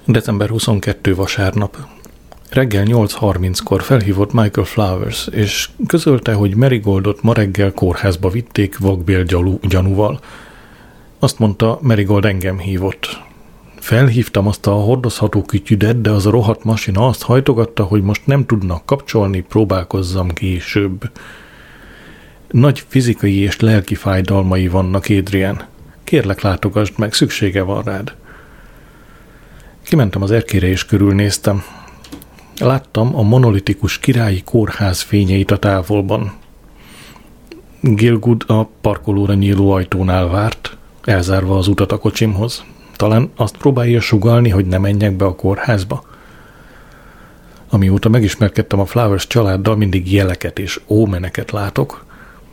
December 22 vasárnap. Reggel 8:30-kor felhívott Michael Flowers, és közölte, hogy Marigoldot ma reggel kórházba vitték vakbél gyanúval. Azt mondta, Marigold engem hívott. Felhívtam azt a hordozható kütyüdet, de az a rohadt masina azt hajtogatta, hogy most nem tudnak kapcsolni, próbálkozzam később. Nagy fizikai és lelki fájdalmai vannak, Adrian. Kérlek, látogasd meg, szüksége van rád. Kimentem az erkére és körülnéztem. Láttam a monolitikus királyi kórház fényeit a távolban. Gielgud a parkolóra nyíló ajtónál várt, elzárva az utat a kocsimhoz. Talán azt próbálja sugallni, hogy ne menjek be a kórházba. Amióta megismerkedtem a Flowers családdal, mindig jeleket és ómeneket látok.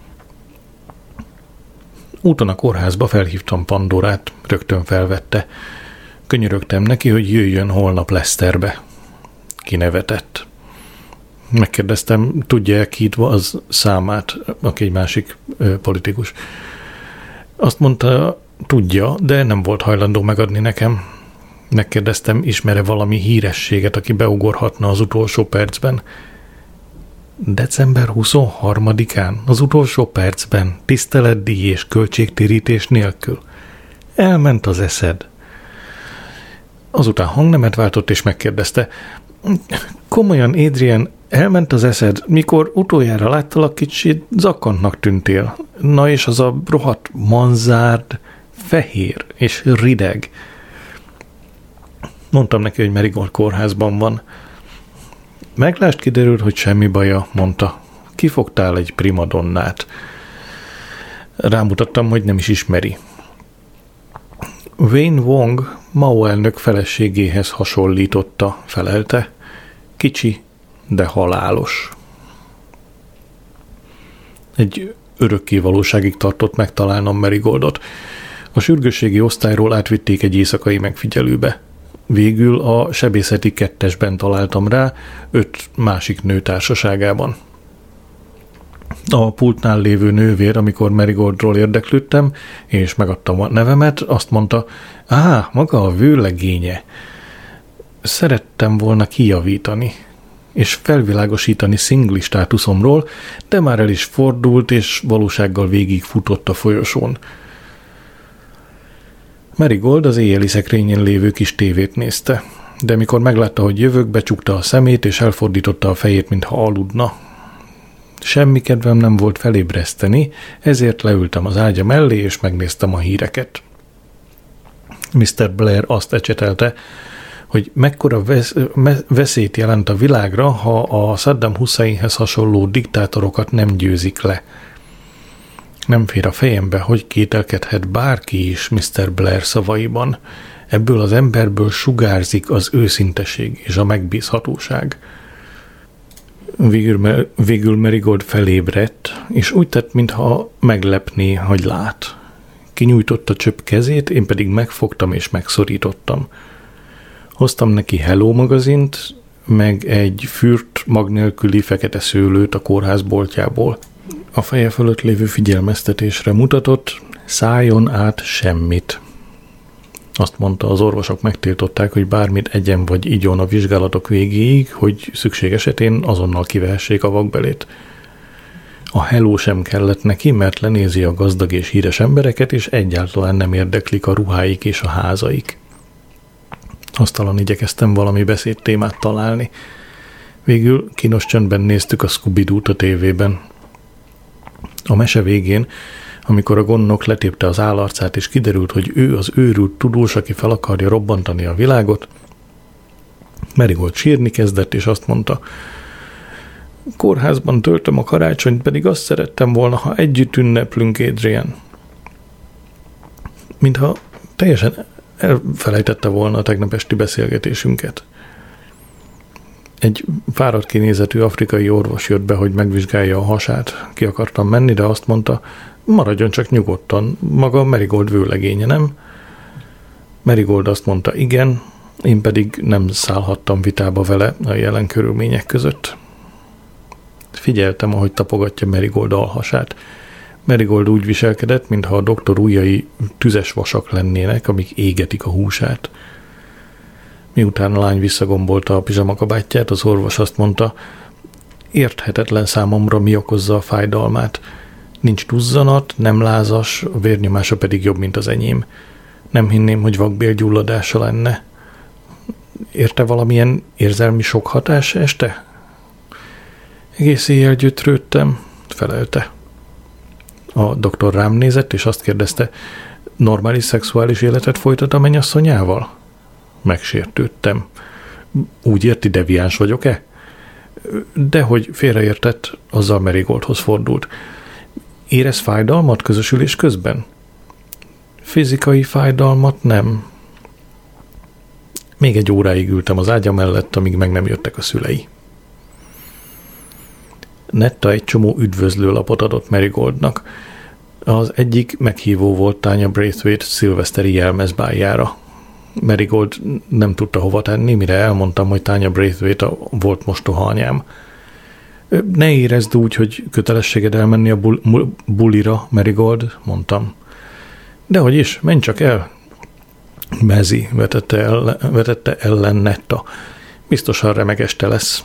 Úton a kórházba felhívtam Pandorát, rögtön felvette. Könyörögtem neki, hogy jöjjön holnap Leicesterbe. Kinevetett. Megkérdeztem, tudja-e Keith az számát, aki egy másik politikus. Azt mondta, tudja, de nem volt hajlandó megadni nekem. Megkérdeztem, ismer-e valami hírességet, aki beugorhatna az utolsó percben. December 23-án, az utolsó percben, tiszteletdíj és költségtérítés nélkül. Elment az eszed. Azután hangnemet váltott és megkérdezte, komolyan, Adrian, elment az eszed, mikor utoljára láttalak, kicsit zakkantnak tűntél. Na és az a rohadt manzárd, fehér és rideg. Mondtam neki, hogy Marigold kórházban van. Meglást, kiderült, hogy semmi baja, mondta. Kifogtál egy primadonnát. Rámutattam, hogy nem is ismeri. Wayne Wong Mao elnök feleségéhez hasonlította, felelte. Kicsi, de halálos. Egy örökké valóságig tartott megtalálnom Marigoldot. A sürgősségi osztályról átvitték egy éjszakai megfigyelőbe. Végül a sebészeti 2-esben találtam rá, 5 másik nő társaságában. A pultnál lévő nővér, amikor Marigoldról érdeklődtem, és megadtam a nevemet, azt mondta, maga a vőlegénye. Szerettem volna kijavítani, és felvilágosítani szingli státuszomról, de már el is fordult, és valósággal végig futott a folyosón. Marigold az éjjeli szekrényen lévő kis tévét nézte, de mikor meglátta, hogy jövök, becsukta a szemét, és elfordította a fejét, mintha aludna. Semmi kedvem nem volt felébreszteni, ezért leültem az ágya mellé, és megnéztem a híreket. Mr. Blair azt ecsetelte, hogy mekkora veszélyt jelent a világra, ha a Saddam Husseinhez hasonló diktátorokat nem győzik le. Nem fér a fejembe, hogy kételkedhet bárki is Mr. Blair szavaiban. Ebből az emberből sugárzik az őszinteség és a megbízhatóság. Végül Marigold felébredt, és úgy tett, mintha meglepné, hogy lát. Kinyújtotta csöpp kezét, én pedig megfogtam és megszorítottam. Hoztam neki Hello magazint, meg egy fürt mag nélküli fekete szőlőt a kórház boltjából. A feje fölött lévő figyelmeztetésre mutatott, szálljon át semmit. Azt mondta, az orvosok megtiltották, hogy bármit egyen vagy igyon a vizsgálatok végéig, hogy szükség esetén azonnal kivehessék a vakbelét. A Hello sem kellett neki, mert lenézi a gazdag és híres embereket, és egyáltalán nem érdeklik a ruháik és a házaik. Hasztalan igyekeztem valami beszédtémát találni. Végül kínos csöndben néztük a Scooby-Doo-t a tévében. A mese végén, amikor a gondnok letépte az állarcát, és kiderült, hogy ő az őrült tudós, aki fel akarja robbantani a világot, Marigold sírni kezdett, és azt mondta, kórházban töltöm a karácsonyt, pedig azt szerettem volna, ha együtt ünneplünk, Adrian. Mintha teljesen elfelejtette volna a tegnap esti beszélgetésünket. Egy fáradt kinézetű afrikai orvos jött be, hogy megvizsgálja a hasát. Ki akartam menni, de azt mondta, maradjon csak nyugodtan, maga Marigold vőlegénye, nem? Marigold azt mondta, igen, én pedig nem szállhattam vitába vele a jelen körülmények között. Figyeltem, ahogy tapogatja Marigold alhasát. Marigold úgy viselkedett, mintha a doktor ujjai tüzes vasak lennének, amik égetik a húsát. Miután a lány visszagombolta a pizsamakabátját, az orvos azt mondta, érthetetlen számomra, mi okozza a fájdalmát. Nincs duzzanat, nem lázas, a vérnyomása pedig jobb, mint az enyém. Nem hinném, hogy vakbélgyulladása lenne. Érte valamilyen érzelmi sok hatás este? Egész éjjel gyötrődtem, felelte. A doktor rám nézett, és azt kérdezte, normális szexuális életet folytat a mennyasszonyával? Megsértődtem. Úgy érti, deviáns vagyok-e? Dehogy félreértett, azzal Marigoldhoz fordult. Érez fájdalmat közösülés közben? Fizikai fájdalmat nem. Még egy óráig ültem az ágya mellett, amíg meg nem jöttek a szülei. Netta egy csomó üdvözlőlapot adott Marigoldnak. Az egyik meghívó volt Tanya Braithwaite szilveszteri jelmezbáljára. Marigold nem tudta hova tenni, mire elmondtam, hogy Tanya Braithwaite volt mostoha anyám. Ne érezd úgy, hogy kötelességed elmenni a bulira, Marigold, mondtam. Dehogy is, menj csak el. Mezi, vetette ellen Netta. Biztosan remeg este lesz.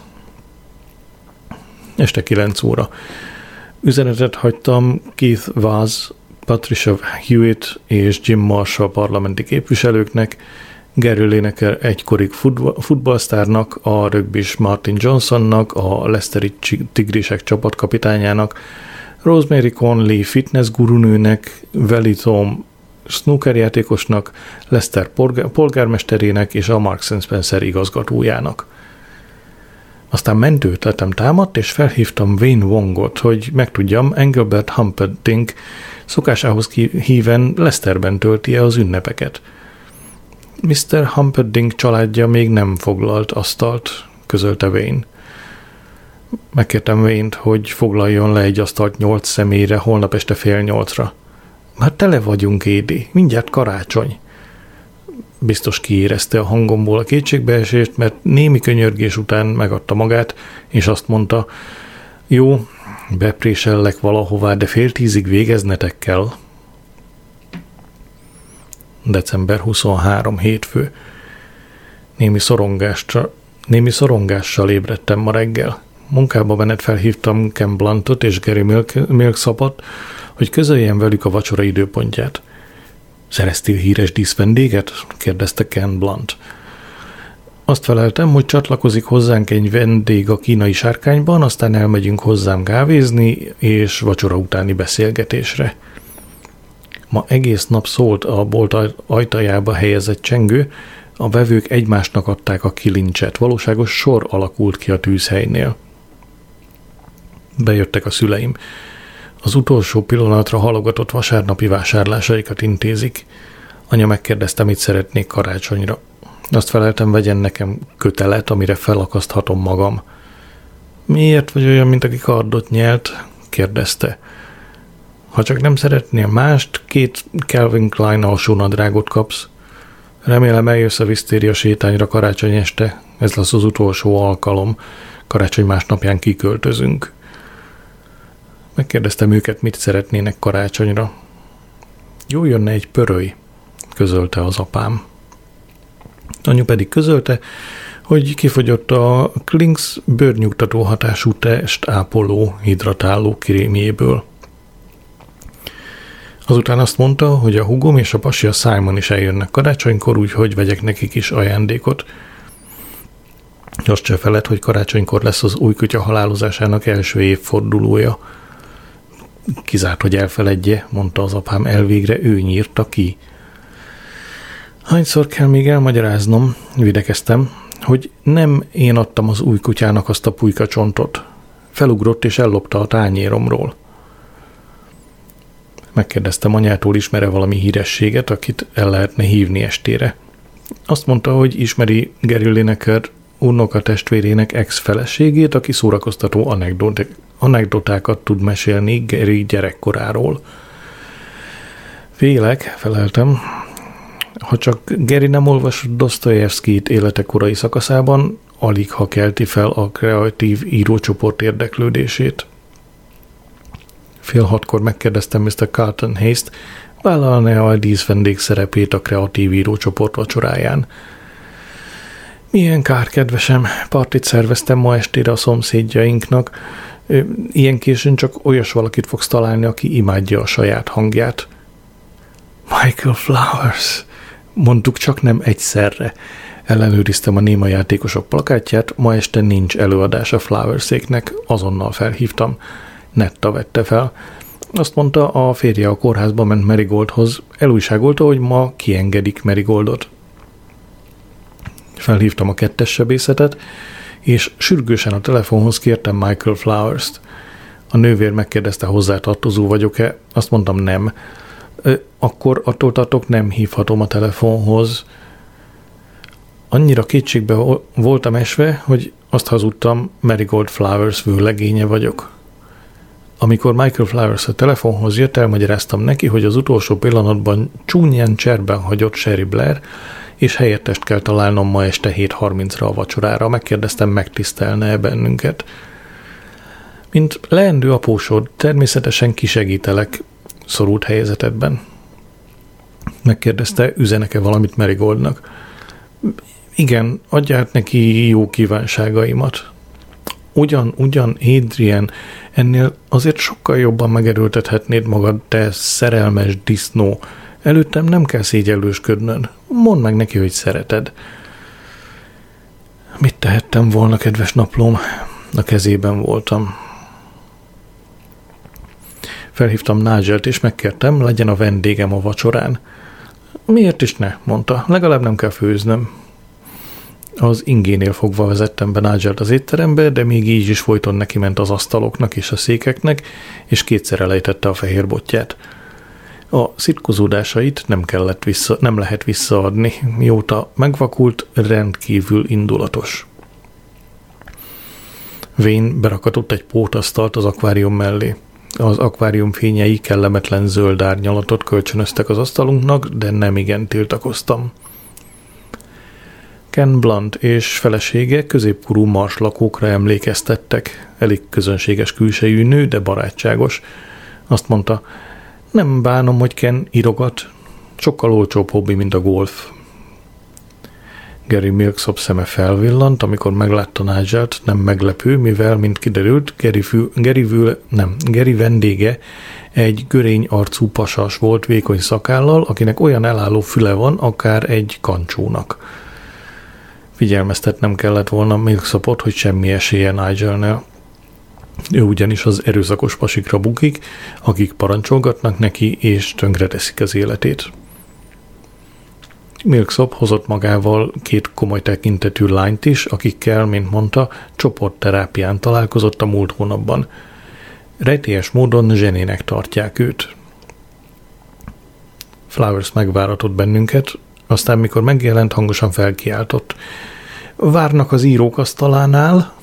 Este 9 óra. Üzenetet hagytam Keith Vaz, Patricia Hewitt és Jim Marshall parlamenti képviselőknek, Gary Lineker egykori futballsztárnak, a rögbis Martin Johnsonnak, a Leicesteri Tigrisek csapatkapitányának, Rosemary Conley fitness gurunőnek, Veli Tom snookerjátékosnak, Leicester polgármesterének és a Marks & Spencer igazgatójának. Aztán mentőtletem támadt, és felhívtam Wayne Wongot, hogy megtudjam, Engelbert Humperdinck szokásához híven Leicesterben tölti-e az ünnepeket. Mr. Humperdinck családja még nem foglalt asztalt, közölte Wayne. Megkértem Wayne-t, hogy foglaljon le egy asztalt 8 személyre holnap este 7:30. Már tele vagyunk, Édi, mindjárt karácsony. Biztos kiérezte a hangomból a kétségbeesést, mert némi könyörgés után megadta magát, és azt mondta, jó, beprésellek valahová, de 9:30 végeznetek kell. December 23. hétfő. Némi szorongással ébredtem ma reggel. Munkába menet felhívtam Ken Bluntot és Gary Milksapot, hogy közöljen velük a vacsora időpontját. Szereztél híres díszvendéget? Kérdezte Ken Blunt. Azt feleltem, hogy csatlakozik hozzánk egy vendég a kínai sárkányban, aztán elmegyünk hozzám kávézni és vacsora utáni beszélgetésre. Ma egész nap szólt a bolt ajtajába helyezett csengő, a vevők egymásnak adták a kilincset, valóságos sor alakult ki a tűzhelynél. Bejöttek a szüleim. Az utolsó pillanatra halogatott vasárnapi vásárlásaikat intézik. Anya megkérdezte, mit szeretnék karácsonyra. Azt feleltem, vegyen nekem kötelet, amire felakaszthatom magam. Miért vagy olyan, mint aki kardot nyelt? Kérdezte. Ha csak nem szeretnél mást, 2 Calvin Klein alsónadrágot kapsz. Remélem eljössz a Visztéria sétányra karácsony este. Ez lesz az utolsó alkalom. Karácsony másnapján kiköltözünk. Megkérdeztem őket, mit szeretnének karácsonyra. Jó jönne egy pöröly, közölte az apám. Anyu pedig közölte, hogy kifogyott a Klings bőrnyugtató hatású testápoló hidratáló krémjéből. Azután azt mondta, hogy a húgom és a pasi a Simon is eljönnek karácsonykor, úgyhogy vegyek nekik is ajándékot. Azt se felett, hogy karácsonykor lesz az új kutya halálozásának első évfordulója. Kizárt, hogy elfeledje, mondta az apám, elvégre ő nyírta ki. Hányszor kell még elmagyaráznom, videkeztem, hogy nem én adtam az új kutyának azt a pulykacsontot. Felugrott és ellopta a tányéromról. Megkérdeztem anyától, ismer-e valami hírességet, akit el lehetne hívni estére. Azt mondta, hogy ismeri Gary Lineker unokatestvérének ex-feleségét, aki szórakoztató anekdotákat tud mesélni Gary gyerekkoráról. Félek, feleltem, ha csak Gary nem olvasott Dostoyevskijt élete korai szakaszában, alig ha kelti fel a kreatív írócsoport érdeklődését. 5:30 megkérdeztem Mr. Carlton Hayes-t, vállalná a díszvendég szerepét a kreatív írócsoport vacsoráján. Milyen kár, kedvesem, partit szerveztem ma estére a szomszédjainknak. Ilyen későn csak olyas valakit fogsz találni, aki imádja a saját hangját. Michael Flowers, mondtuk csak nem egyszerre. Ellenőriztem a néma játékosok plakátját, ma este nincs előadás a Flowerséknek, azonnal felhívtam. Netta vette fel. Azt mondta, a férje a kórházba ment Marigoldhoz, elújságolta, hogy ma kiengedik Marigoldot. Felhívtam a 2-es sebészetet, és sürgősen a telefonhoz kértem Michael Flowers-t. A nővér megkérdezte, hozzátartozó vagyok-e, azt mondtam nem. Akkor attól tartok, nem hívhatom a telefonhoz. Annyira kétségbe voltam esve, hogy azt hazudtam, Marigold Flowers vőlegénye vagyok. Amikor Michael Flowers a telefonhoz jött, elmagyaráztam neki, hogy az utolsó pillanatban csúnyán cserben hagyott Sherry Blair, és helyettest kell találnom ma este 7:30-ra a vacsorára. Megkérdeztem, megtisztelne-e bennünket. Mint leendő apósod, természetesen kisegítelek szorult helyzetedben. Megkérdezte, üzenek-e valamit Marigoldnak. Igen, adj át neki jó kívánságaimat. Ugyan, Adrian, ennél azért sokkal jobban megerőltethetnéd magad, te szerelmes disznó. Előttem nem kell szégyellősködnöd. Mondd meg neki, hogy szereted. Mit tehettem volna, kedves naplóm? A kezében voltam. Felhívtam Nigelt, és megkértem, legyen a vendégem a vacsorán. Miért is ne, mondta, legalább nem kell főznöm. Az ingénél fogva vezettem be Nigelt az étterembe, de még így is folyton neki ment az asztaloknak és a székeknek, és kétszer elejtette a fehér botját. A szitkozódásait nem lehet visszaadni, mióta megvakult, rendkívül indulatos. Wayne berakatott egy pótasztalt az akvárium mellé. Az akvárium fényei kellemetlen zöld árnyalatot kölcsönöztek az asztalunknak, de nem igen tiltakoztam. Ken Blunt és felesége középkorú marslakókra emlékeztettek. Elég közönséges külsejű nő, de barátságos. Azt mondta, nem bánom, hogy Ken írogat. Sokkal olcsóbb hobbi, mint a golf. Gary Milksop szeme felvillant, amikor meglátta Nigelt, nem meglepő, mivel, mint kiderült, Gary vendége egy görény arcú pasas volt vékony szakállal, akinek olyan elálló füle van, akár egy kancsónak. Figyelmeztetnem kellett volna Milksopot, hogy semmi esélye Nigelnél. Ő ugyanis az erőszakos pasikra bukik, akik parancsolgatnak neki és tönkreteszik az életét. Milksop hozott magával 2 komoly tekintetű lányt is, akikkel, mint mondta, csoportterápián találkozott a múlt hónapban. Rejtélyes módon zsenének tartják őt. Flowers megváratott bennünket, aztán mikor megjelent, hangosan felkiáltott. Várnak az írók asztalánál?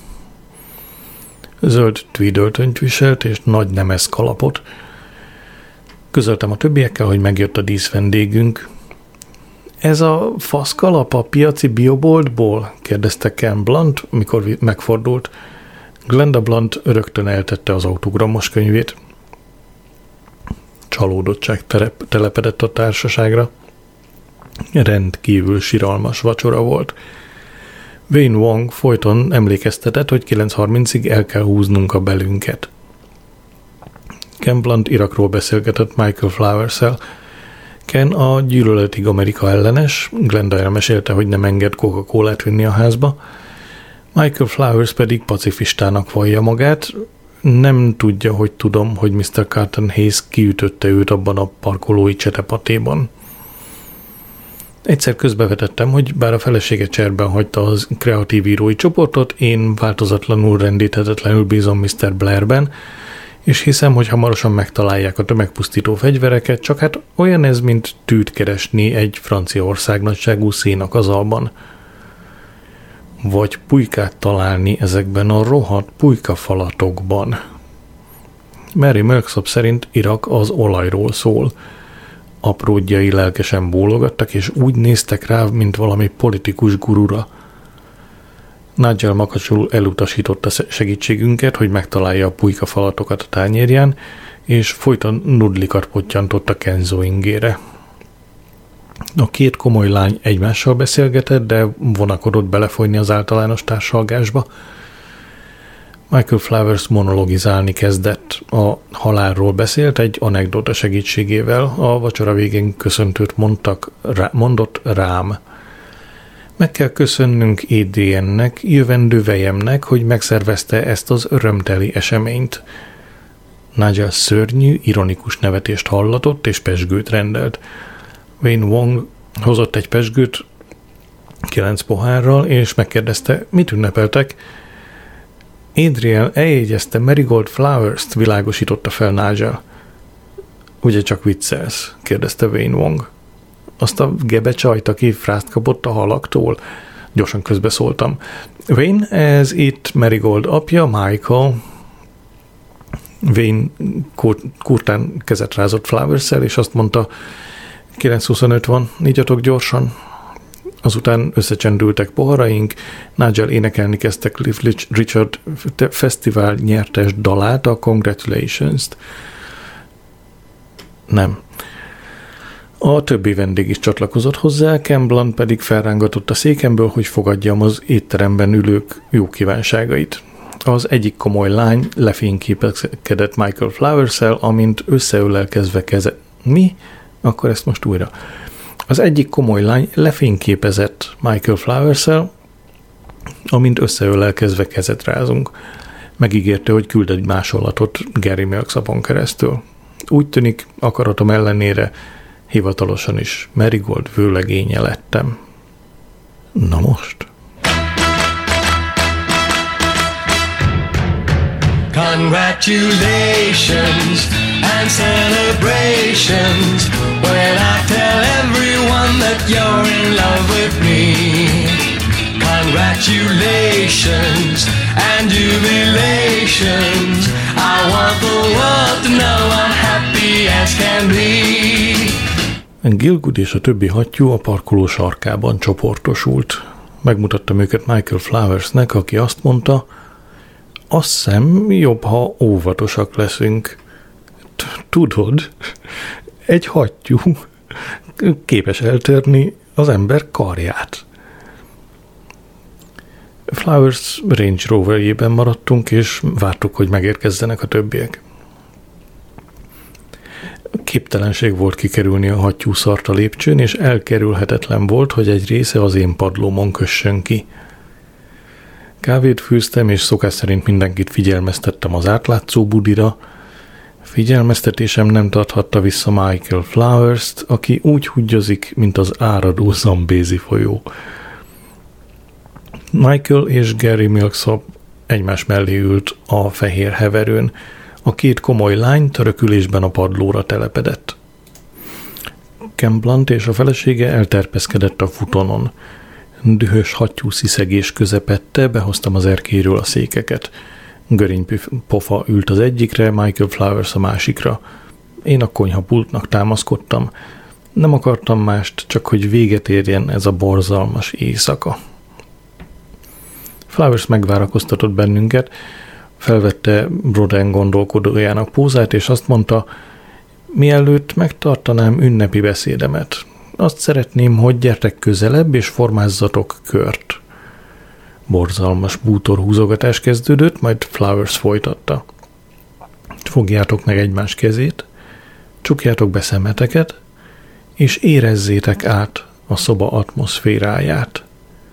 Zöld tweedöltönyt viselt és nagy nemes kalapot. Közöltem a többiekkel, hogy megjött a díszvendégünk. Ez a faszkalap a piaci bioboltból? Kérdezte Ken Blunt, mikor megfordult. Glenda Blunt rögtön eltette az autogramos könyvét. Csalódottság telepedett a társaságra. Rendkívül siralmas vacsora volt. Wayne Wong folyton emlékeztetett, hogy 9:30-ig el kell húznunk a belünket. Ken Blunt Irakról beszélgetett Michael Flowers-szel. Ken a gyűlöletig Amerika ellenes, Glenda elmesélte, hogy nem enged Coca-Colát vinni a házba, Michael Flowers pedig pacifistának vallja magát, nem tudja, hogy tudom, hogy Mr. Carton Hayes kiütötte őt abban a parkolói csetepatéban. Egyszer közbevetettem, hogy bár a felesége cserben hagyta az kreatív írói csoportot, én változatlanul rendíthetetlenül bízom Mr. Blairben, és hiszem, hogy hamarosan megtalálják a tömegpusztító fegyvereket, csak hát olyan ez, mint tűt keresni egy Franciaország nagyságú szénakazalban. Vagy pulykát találni ezekben a rohadt pulykafalatokban. Mary Milksop szerint Irak az olajról szól. Apródjai lelkesen bólogattak, és úgy néztek rá, mint valami politikus gurura. Nigel makacsul elutasította segítségünket, hogy megtalálja a pulykafalatokat a tányérján, és folyton nudlikat pottyantott a Kenzo ingére. A két komoly lány egymással beszélgetett, de vonakodott belefolyni az általános társalgásba. Michael Flowers monologizálni kezdett. A halálról beszélt egy anekdóta segítségével. A vacsora végén köszöntőt mondott rám. Meg kell köszönnünk Adriennek, jövendő vejemnek, hogy megszervezte ezt az örömteli eseményt. Nigel szörnyű, ironikus nevetést hallatott, és pezsgőt rendelt. Wayne Wong hozott egy pezsgőt 9 pohárral, és megkérdezte, mit ünnepeltek. Adrien eljegyezte Marigold Flowers-t, világosította fel Nigel. Ugye csak viccelsz? Kérdezte Wayne Wong. Azt a gebecsajt, aki frászt kapott a halaktól? Gyorsan közbeszóltam. Wayne, ez itt Marigold apja, Michael. Wayne kurtán kezet rázott Flowers-szel, és azt mondta, 9:25 van, ígyatok gyorsan. Azután összecsendültek poharaink, Nigel énekelni kezdte Cliff Richard fesztivál nyertes dalát, a Congratulations-t. Nem. A többi vendég is csatlakozott hozzá, Ken Blunt pedig felrángatott a székemből, hogy fogadjam az étteremben ülők jó kívánságait. Az egyik komoly lány lefényképezkedett Michael Flowers-szel, amint összeölelkezve Mi? Akkor ezt most újra. Az egyik komoly lány lefényképezett Michael Flowers-szel, amint összeölelkezve kezet rázunk. Megígérte, hogy küld egy másolatot Gary Milksapon keresztül. Úgy tűnik, akaratom ellenére hivatalosan is Marigold vőlegénye lettem. Na most? Congratulations and celebrations when I tell everyone that you're in love with me. Congratulations and jubilations. I want the world to know I'm happy as can be. Gielgud és a többi hattyú a parkoló sarkában csoportosult. Megmutattam őket Michael Flowersnek, aki azt mondta, azt hiszem jobb, ha óvatosak leszünk. Tudod, egy hattyú képes eltörni az ember karját. Flowers Range Roverjében maradtunk, és vártuk, hogy megérkezzenek a többiek. Képtelenség volt kikerülni a hattyú szart a lépcsőn, és elkerülhetetlen volt, hogy egy része az én padlómon kössön ki. Kávét főztem, és szokás szerint mindenkit figyelmeztettem az átlátszó budira. Figyelmeztetésem nem tarthatta vissza Michael Flowers-t, aki úgy húgyozik, mint az áradó Zambézi folyó. Michael és Gary Milksop egymás mellé ült a fehér heverőn. A két komoly lány törökülésben a padlóra telepedett. Ken Blunt és a felesége elterpeszkedett a futonon. Dühös hattyú sziszegés közepette, behoztam az erkélyről a székeket. Görény-pofa ült az egyikre, Michael Flowers a másikra. Én a konyhapultnak támaszkodtam. Nem akartam mást, csak hogy véget érjen ez a borzalmas éjszaka. Flowers megvárakoztatott bennünket, felvette Broden gondolkodójának pózát, és azt mondta, mielőtt megtartanám ünnepi beszédemet, azt szeretném, hogy gyertek közelebb, és formázzatok kört. Borzalmas bútorhúzogatás kezdődött, majd Flowers folytatta. Fogjátok meg egymás kezét, csukjátok be szemeteket, és érezzétek át a szoba atmoszféráját.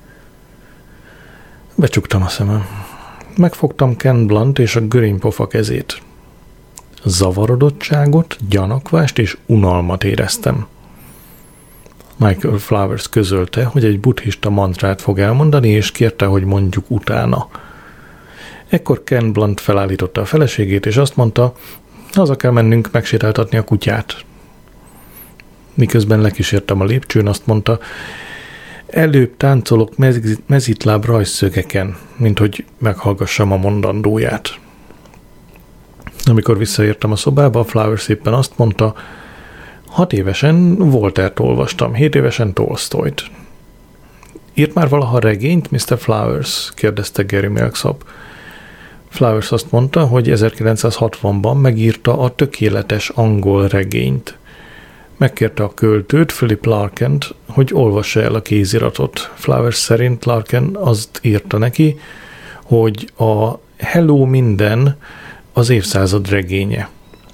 Becsuktam a szemem. Megfogtam Ken Blunt és a görénypofa kezét. Zavarodottságot, gyanakvást és unalmat éreztem. Michael Flowers közölte, hogy egy buddhista mantrát fog elmondani, és kérte, hogy mondjuk utána. Ekkor Ken Blunt felállította a feleségét, és azt mondta, haza kell mennünk megsétáltatni a kutyát. Miközben lekísértem a lépcsőn, azt mondta, előbb táncolok mezitláb rajzszögeken, mint hogy meghallgassam a mondandóját. Amikor visszaértem a szobába, Flowers éppen azt mondta, 6 évesen Voltaire-t olvastam, 7 évesen Tolstoyt. Írt már valaha regényt, Mr. Flowers? Kérdezte Gary Milksop. Flowers azt mondta, hogy 1960-ban megírta a tökéletes angol regényt. Megkérte a költőt, Philip Larkent, hogy olvassa el a kéziratot. Flowers szerint Larken azt írta neki, hogy a Hello minden az évszázad regénye.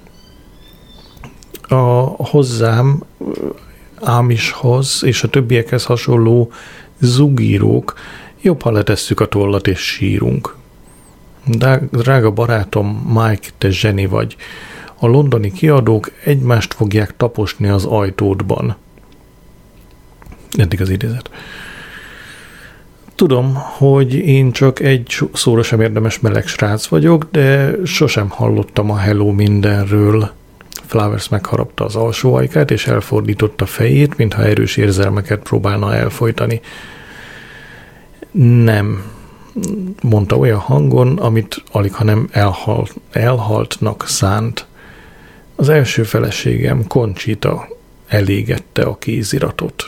A hozzám, Amishhoz és a többiekhez hasonló zugírók jobb, ha letesszük a tollat és sírunk. Drága barátom, Mike, te zseni vagy. A londoni kiadók egymást fogják taposni az ajtódban. Eddig az idézet. Tudom, hogy én csak egy szóra sem érdemes meleg srác vagyok, de sosem hallottam a Hello mindenről. Flowers megharapta az alsó ajkát, és elfordította fejét, mintha erős érzelmeket próbálna elfojtani. Nem, mondta olyan hangon, amit aligha nem elhaltnak szánt. Az első feleségem, Conchita, elégette a kéziratot.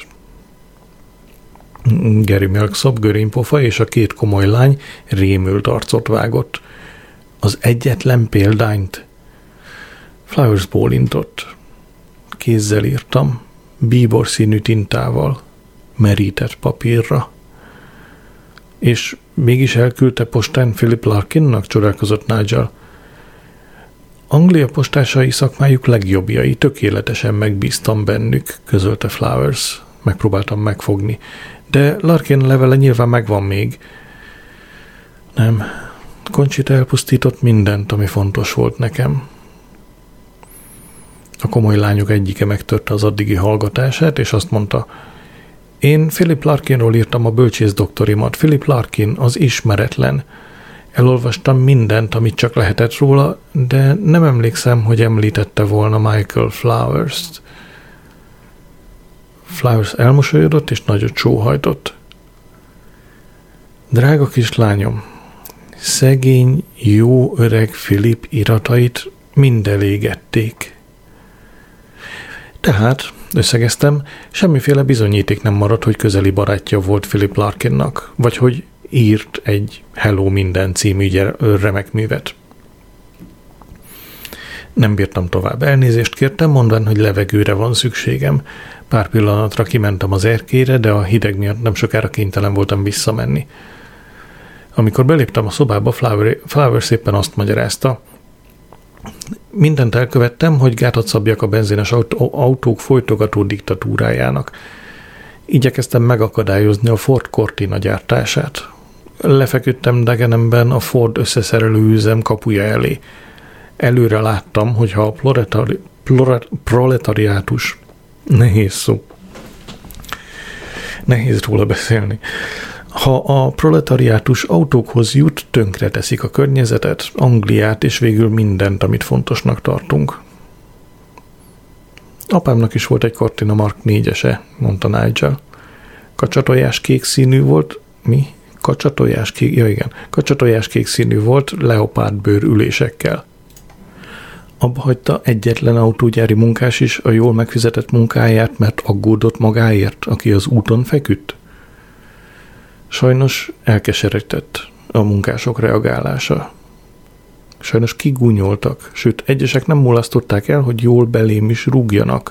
Gary Milksop, görénypofa és a két komoly lány rémült arcot vágott. Az egyetlen példányt. Flowers bólintott. Kézzel írtam, bíbor színű tintával, merített papírra. És mégis elküldte postán Philip Larkinnak, csodálkozott Nigel. Anglia postásai szakmájuk legjobbjai, tökéletesen megbíztam bennük, közölte Flowers. Megpróbáltam megfogni. De Larkin levele nyilván megvan még. Nem. Conchita elpusztított mindent, ami fontos volt nekem. A komoly lányok egyike megtörte az addigi hallgatását, és azt mondta, én Philip Larkinról írtam a bölcsész doktorimat. Philip Larkin az ismeretlen. Elolvastam mindent, amit csak lehetett róla, de nem emlékszem, hogy említette volna Michael Flowers-t. Flowers elmosolyodott, és nagyot sóhajtott. Drága kislányom, szegény, jó öreg Philip iratait mind elégették. Tehát, összegeztem, semmiféle bizonyíték nem maradt, hogy közeli barátja volt Philip Larkinnak, vagy hogy írt egy Hello minden című remek művet. Nem bírtam tovább. Elnézést kértem, mondván, hogy levegőre van szükségem. Pár pillanatra kimentem az erkére, de a hideg miatt nem sokára kénytelen voltam visszamenni. Amikor beléptem a szobába, Flower szépen azt magyarázta. Mindent elkövettem, hogy gátat szabjak a benzines autók folytogató diktatúrájának. Igyekeztem megakadályozni a Ford Cortina gyártását. Lefeküdtem Dagenhamben a Ford összeszerelő üzem kapuja elé. Előre láttam, hogyha a proletariátus, nehéz szó, nehéz róla beszélni, ha a proletariátus autókhoz jut, tönkre teszik a környezetet, Angliát és végül mindent, amit fontosnak tartunk. Apámnak is volt egy Cortina Mark 4-ese, mondta Nigel. Kacsatojás kék színű volt, mi? Kacsatojás kék, ja igen, kacsatojás kék színű volt, leopárdbőr ülésekkel. Abba hagyta egyetlen autógyári munkás is a jól megfizetett munkáját, mert aggódott magáért, aki az úton feküdt? Sajnos elkeserített a munkások reagálása. Sajnos kigúnyoltak, sőt, egyesek nem mulasztották el, hogy jól belém is rúgjanak.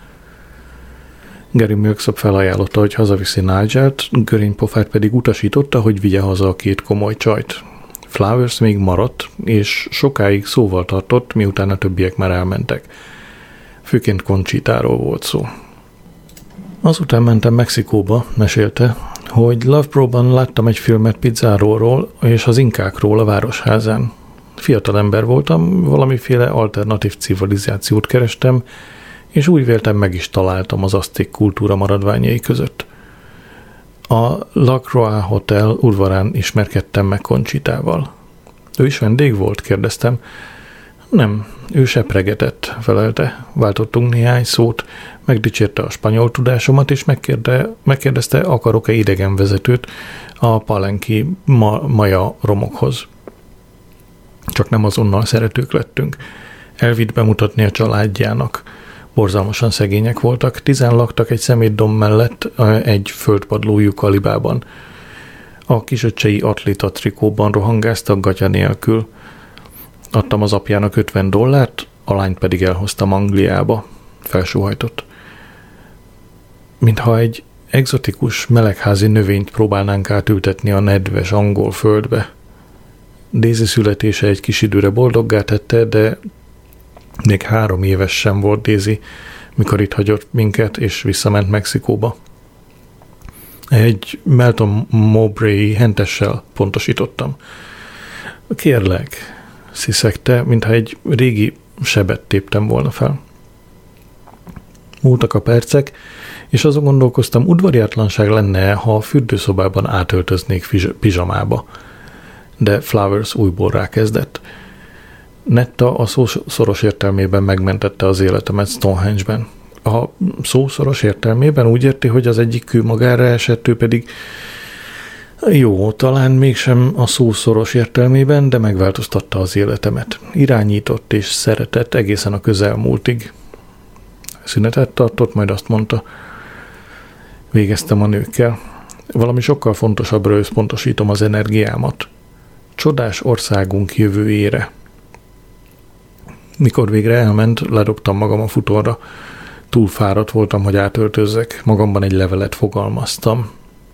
Gary Milksop felajánlotta, hogy hazaviszi Nigelt, görénypofát pedig utasította, hogy vigye haza a két komoly csajt. Flowers még maradt, és sokáig szóval tartott, miután a többiek már elmentek. Főként Conchitáról volt szó. Azután mentem Mexikóba, mesélte, hogy Loughborough-ban láttam egy filmet Pizarróról és az inkákról a városházán. Fiatalember voltam, valamiféle alternatív civilizációt kerestem, és úgy véltem meg is találtam az azték kultúra maradványai között. A La Croix Hotel udvarán ismerkedtem meg Conchitával. Ő is vendég volt? Kérdeztem. Nem, ő sepregetett, felelte. Váltottunk néhány szót, megdicsérte a spanyol tudásomat, és megkérdezte, akarok-e idegenvezetőt a palenki maja romokhoz. Csak nem azonnal szeretők lettünk. Elvitt bemutatni a családjának. Borzalmasan szegények voltak, 10 laktak egy szemétdomb mellett egy földpadlójú kalibában. A kisöccsei atléta trikóban rohangáztak gatya nélkül. Adtam az apjának $50, a lányt pedig elhoztam Angliába. Felsóhajtott. mintha egy egzotikus melegházi növényt próbálnánk átültetni a nedves angol földbe. Daisy születése egy kis időre boldoggá tette, de még 3 éves sem volt Daisy, mikor itt hagyott minket, és visszament Mexikóba. Egy Melton Mowbray hentessel pontosítottam. Kérlek, sziszegte, mintha egy régi sebet téptem volna fel. Múltak a percek, és azon gondolkoztam, udvariatlanság lenne, ha a fürdőszobában átöltöznék pizsamába. De Flowers újból rákezdett. Netta a szó szoros értelmében megmentette az életemet Stonehenge-ben. A szó szoros értelmében úgy érti, hogy az egyik kő magára esett, ő pedig jó, talán mégsem a szó szoros értelmében, de megváltoztatta az életemet. Irányított és szeretett egészen a közelmúltig. Szünetet tartott, majd azt mondta, végeztem a nőkkel. Valami sokkal fontosabbra összpontosítom az energiámat. Csodás országunk jövőjére. Mikor végre elment, ledobtam magam a futóra. Túl fáradt voltam, hogy átöltözzek. Magamban egy levelet fogalmaztam.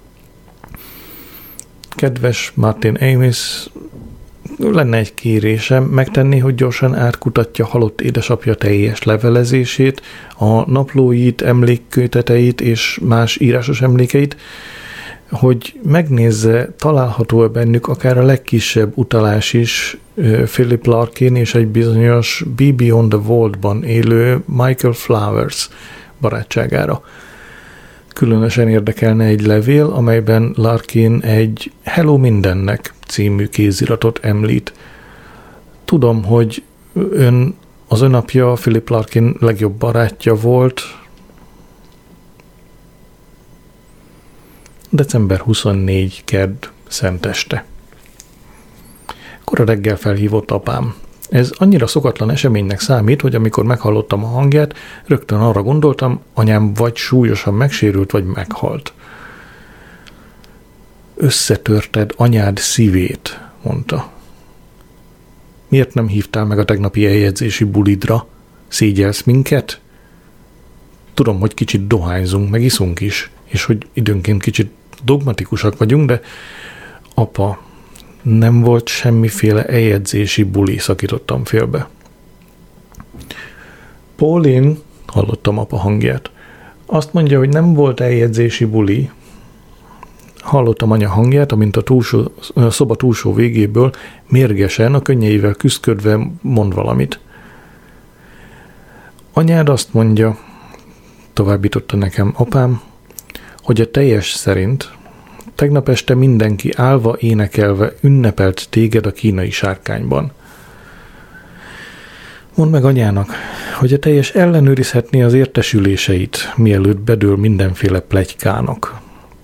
Kedves Martin Amis, lenne egy kérésem, megtenni, hogy gyorsan átkutatja halott édesapja teljes levelezését, a naplóit, emlékköteteit és más írásos emlékeit, hogy megnézze, található-e bennük akár a legkisebb utalás is Philip Larkin és egy bizonyos Be Beyond the Vault-ban élő Michael Flowers barátságára. Különösen érdekelne egy levél, amelyben Larkin egy Hello mindennek című kéziratot említ. Tudom, hogy az ön apja Philip Larkin legjobb barátja volt. December 24. kedd szenteste. Kora reggel felhívott apám. Ez annyira szokatlan eseménynek számít, hogy amikor meghallottam a hangját, rögtön arra gondoltam, anyám vagy súlyosan megsérült, vagy meghalt. Összetörted anyád szívét, mondta. Miért nem hívtál meg a tegnapi eljegyzési bulidra? Szégyelsz minket? Tudom, hogy kicsit dohányzunk, meg iszunk is, és hogy időnként kicsit dogmatikusak vagyunk, de apa, nem volt semmiféle eljegyzési buli, szakítottam félbe. Pauline, hallottam apa hangját, azt mondja, hogy nem volt eljegyzési buli. Hallottam anya hangját, amint a szoba túlsó végéből mérgesen, a könnyeivel küszködve mond valamit. Anyád azt mondja, továbbította nekem apám, hogy a teljes szerint tegnap este mindenki állva, énekelve ünnepelt téged a kínai sárkányban. Mondd meg anyának, hogy a teljes ellenőrizhetné az értesüléseit, mielőtt bedől mindenféle pletykának.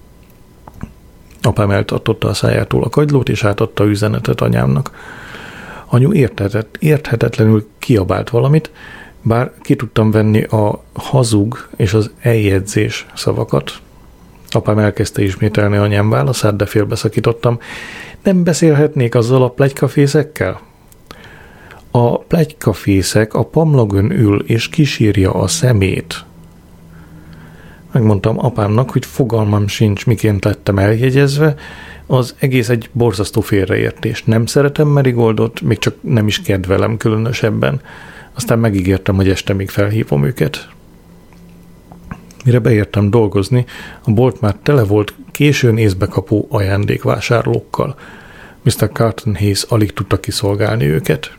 Apám eltartotta a szájától a kagylót, és átadta üzenetet anyámnak. Anyu érthetetlenül kiabált valamit, bár ki tudtam venni a hazug és az eljegyzés szavakat. Apám elkezdte ismételni anyám válaszát, de félbeszakítottam. Nem beszélhetnék azzal a pletykafészekkel? A pletykafészek a pamlagön ül és kísírja a szemét. Megmondtam apámnak, hogy fogalmam sincs, miként lettem eljegyezve, az egész egy borzasztó félreértés. Nem szeretem Marigoldot, még csak nem is kedvelem különösebben. Aztán megígértem, hogy este még felhívom őket. Mire beértem dolgozni, a bolt már tele volt későn észbekapó ajándékvásárlókkal. Mr. Carton Hayes alig tudta kiszolgálni őket.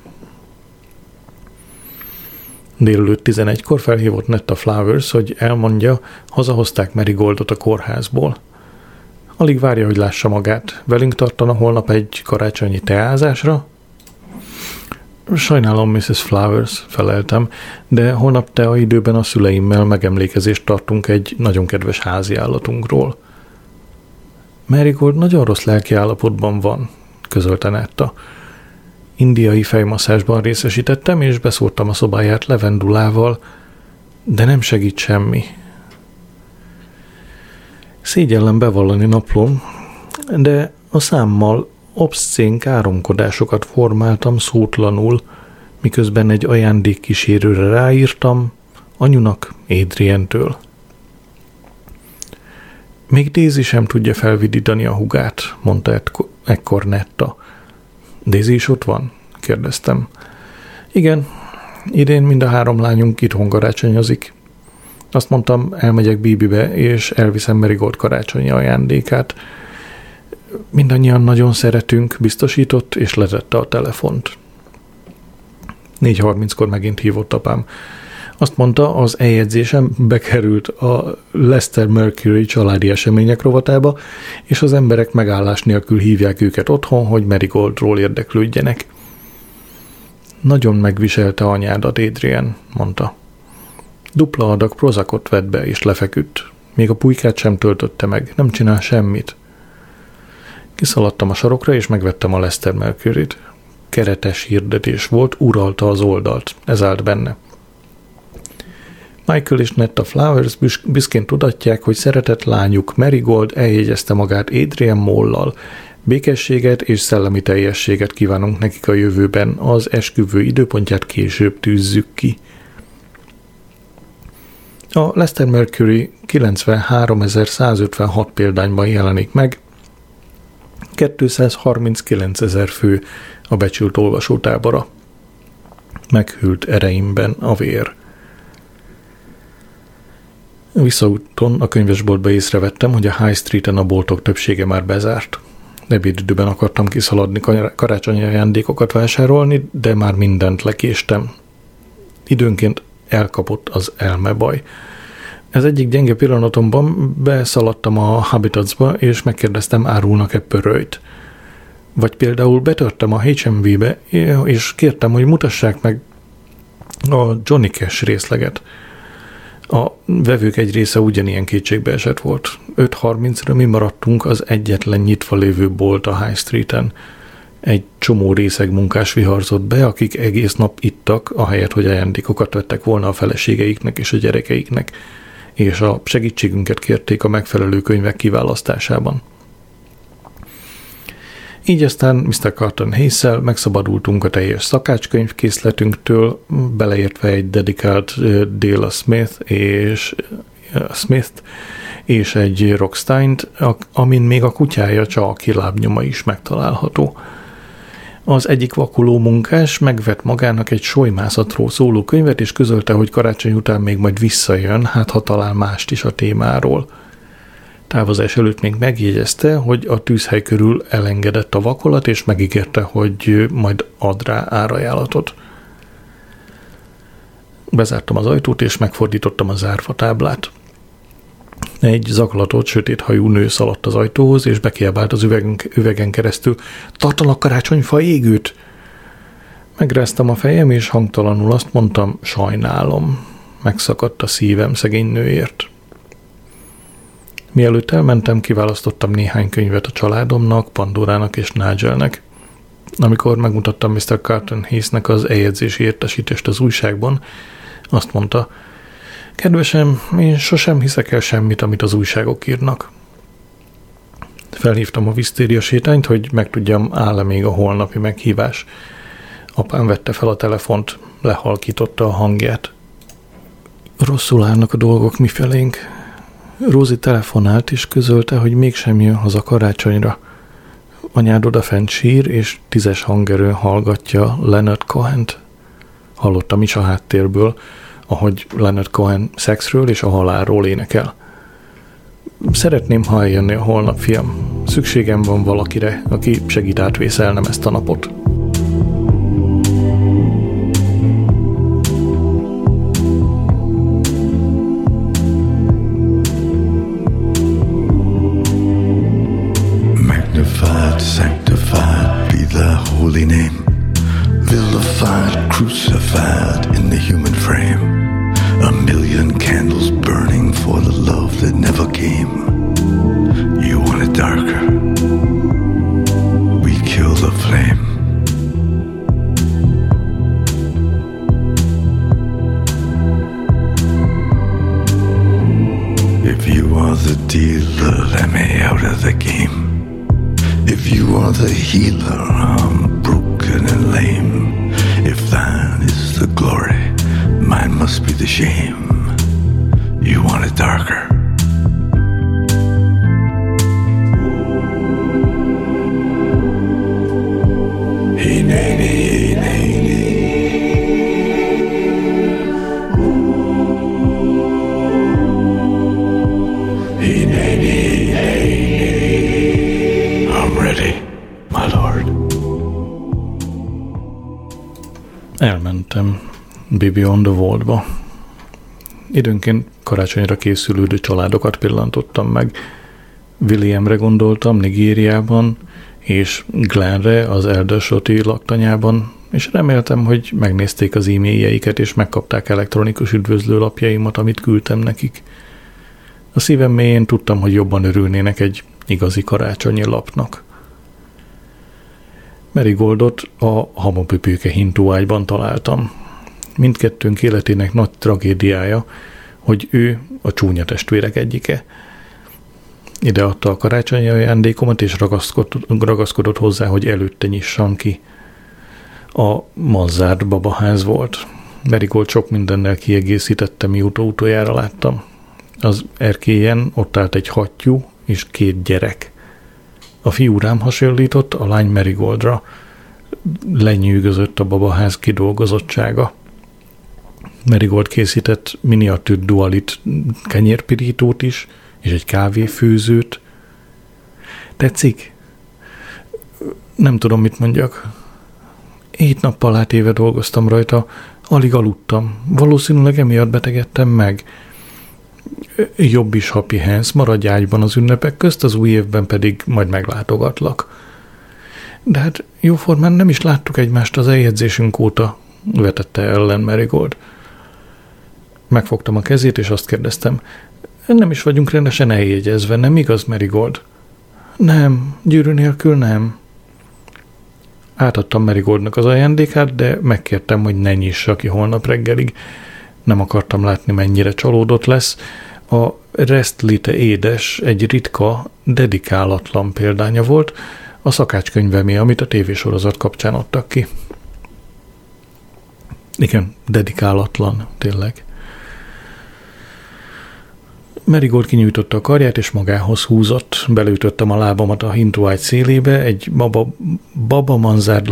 Délelőtt 11-kor felhívott Netta Flowers, hogy elmondja, hazahozták Marigoldot a kórházból. Alig várja, hogy lássa magát. Velünk tartana holnap egy karácsonyi teázásra? Sajnálom, Mrs. Flowers, feleltem, de holnap teaidőben a szüleimmel megemlékezést tartunk egy nagyon kedves háziállatunkról. Marigold nagyon rossz lelkiállapotban van, közölte Netta. Indiai fejmasszázsban részesítettem, és beszórtam a szobáját levendulával, de nem segít semmi. Szégyellem bevallani naplom, de a számmal obszcén káromkodásokat formáltam szótlanul, miközben egy ajándékkísérőre ráírtam, anyunak Adrientől. Még Daisy sem tudja felvidítani a hugát, mondta ekkor Netta. Daisy is ott van? Kérdeztem. Igen, idén mind a 3 lányunk itthon karácsonyozik. Azt mondtam, elmegyek Bibibe, és elviszem Marigold karácsonyi ajándékát. Mindannyian nagyon szeretünk, biztosított, és letette a telefont. 4:30-kor megint hívott apám. Azt mondta, az eljegyzésem bekerült a Lester Mercury családi események rovatába, és az emberek megállás nélkül hívják őket otthon, hogy Marigoldról érdeklődjenek. Nagyon megviselte anyádat, Adrian, mondta. Dupla adag Prozacot vett be, és lefeküdt. Még a pulykát sem töltötte meg, nem csinál semmit. Kiszaladtam a sarokra, és megvettem a Lester Mercuryt. Keretes hirdetés volt, uralta az oldalt. Ez állt benne. Michael és Netta Flowers büszkén tudatják, hogy szeretett lányuk Marigold eljegyezte magát Adrian Mollal. Békességet és szellemi teljességet kívánunk nekik a jövőben, az esküvő időpontját később tűzzük ki. A Lester Mercury 93.156 példányban jelenik meg, 239.000 fő a becsült olvasótábora. Meghűlt ereimben a vér. Visszaúton a könyvesboltba észrevettem, hogy a High Streeten a boltok többsége már bezárt. Ebédidőben akartam kiszaladni karácsonyi ajándékokat vásárolni, de már mindent lekéstem. Időnként elkapott az elmebaj. Ez egyik gyenge pillanatomban beszaladtam a Habitatsba, és megkérdeztem, árulnak-e pörölyt. Vagy például betörtem a H&M-be, és kértem, hogy mutassák meg a Johnny Cash részleget. A vevők egy része ugyanilyen kétségbeesett volt. 5:30-ra mi maradtunk az egyetlen nyitva lévő bolt a High Streeten. Egy csomó részeg munkás viharzott be, akik egész nap ittak, ahelyett, hogy ajándékokat vettek volna a feleségeiknek és a gyerekeiknek, és a segítségünket kérték a megfelelő könyvek kiválasztásában. Így aztán Mr. Carlton Hayes-szel megszabadultunk a teljes szakácskönyvkészletünktől, beleértve egy dedikált Dale Smith és egy Rockstein-t, amin még a kutyája Chalky lábnyoma is megtalálható. Az egyik vakuló munkás megvett magának egy solymászatról szóló könyvet, és közölte, hogy karácsony után még majd visszajön, hát ha talál mást is a témáról. Távozás előtt még megjegyezte, hogy a tűzhely körül elengedett a vakolat, és megígérte, hogy majd ad rá árajánlatot. Bezártam az ajtót, és megfordítottam a zárfatáblát. Egy zaklatott, sötéthajú nő szaladt az ajtóhoz, és bekiabált az üvegen keresztül: "Tartanak karácsonyfa égőt!" Megráztam a fejem, és hangtalanul azt mondtam: "Sajnálom." Megszakadt a szívem szegény nőért. Mielőtt elmentem, kiválasztottam néhány könyvet a családomnak, Pandorának és Nigelnek. Amikor megmutattam Mr. Carlton Hayes-nek az eljegyzési értesítést az újságban, azt mondta: "Kedvesem, én sosem hiszek el semmit, amit az újságok írnak." Felhívtam a Wisteria sétányt, hogy megtudjam, áll-e még a holnapi meghívás. Apám vette fel a telefont, lehalkította a hangját. "Rosszul állnak a dolgok mifelénk. Rózi telefonált, és közölte, hogy mégsem jön haza karácsonyra. Anyád odafent sír, és 10-es hangerőn hallgatja Leonard Cohent." Hallottam is a háttérből, ahogy Leonard Cohen szexről és a halálról énekel. "Szeretném, ha eljönnél holnap, fiam. Szükségem van valakire, aki segít átvészelnem ezt a napot." Magnified, sanctified be thy holy name. Vilified, crucified in the human frame. A million candles burning for the love that never came. You want it darker, we kill the flame. If you are the dealer, let me out of the game. If you are the healer, I'm broken and lame. If thine is the glory, mine must be the shame. You want it darker, Elmentem Baby on the Wall-ba. Időnként karácsonyra készülődő családokat pillantottam meg. Williamre gondoltam Nigériában, és Glennre az Eldersoti laktanyában, és reméltem, hogy megnézték az e-mailjeiket, és megkapták elektronikus üdvözlőlapjaimat, amit küldtem nekik. A szívem mélyén tudtam, hogy jobban örülnének egy igazi karácsonyi lapnak. Marigoldot a hamupipőke hintóágyban találtam. Mindkettőnk életének nagy tragédiája, hogy ő a csúnya testvérek egyike. Ide adta a karácsonyi ajándékomat, és ragaszkodott hozzá, hogy előtte nyissam ki. A Mansard babaház volt. Marigold sok mindennel kiegészítette, mióta utoljára láttam. Az erkélyen ott állt egy hattyú és 2 gyerek. A fiú rám hasonlított, a lány Marigoldra. Lenyűgözött a babaház kidolgozottsága. Marigold készített miniatűr dualit kenyérpirítót is, és egy kávéfőzőt. Tetszik? Nem tudom, mit mondjak. 7 nappal átéve dolgoztam rajta, alig aludtam. Valószínűleg emiatt betegedtem meg. Jobb is, ha pihensz, maradj ágyban az ünnepek közt, az új évben pedig majd meglátogatlak. De hát jóformán nem is láttuk egymást az eljegyzésünk óta, vetette ellen Marigold. Megfogtam a kezét, és azt kérdeztem, nem is vagyunk rendesen eljegyezve, nem igaz, Marigold? Nem, gyűrű nélkül nem. Átadtam Marigoldnak az ajándékát, de megkértem, hogy ne nyissa ki holnap reggelig. Nem akartam látni, mennyire csalódott lesz. A Restlite édes egy ritka, dedikálatlan példánya volt a szakácskönyvemé, amit a tévésorozat kapcsán adtak ki. Igen, dedikálatlan, tényleg. Marigold kinyújtotta a karját, és magához húzott. Belőtöttem a lábamat a hintóágy szélébe, egy baba Mansard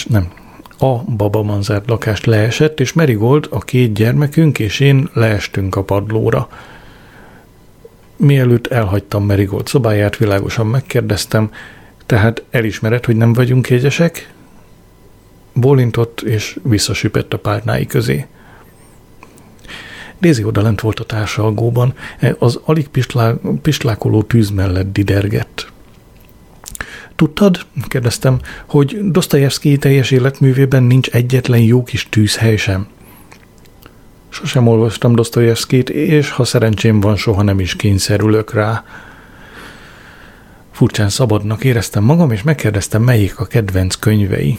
lakást leesett, és Marigold, a 2 gyermekünk és én leestünk a padlóra. Mielőtt elhagytam Marigold szobáját, világosan megkérdeztem, tehát elismered, hogy nem vagyunk jegyesek? Bólintott, és visszasüppett a párnái közé. Daisy odalent volt a társalgóban, az alig pislákoló tűz mellett didergett. Tudtad, kérdeztem, hogy Dosztojevszkij teljes életművében nincs egyetlen jó kis tűzhely sem? Sosem olvastam Dosztojevszkijt, és ha szerencsém van, soha nem is kényszerülök rá. Furcsán szabadnak éreztem magam, és megkérdeztem, melyik a kedvenc könyvei.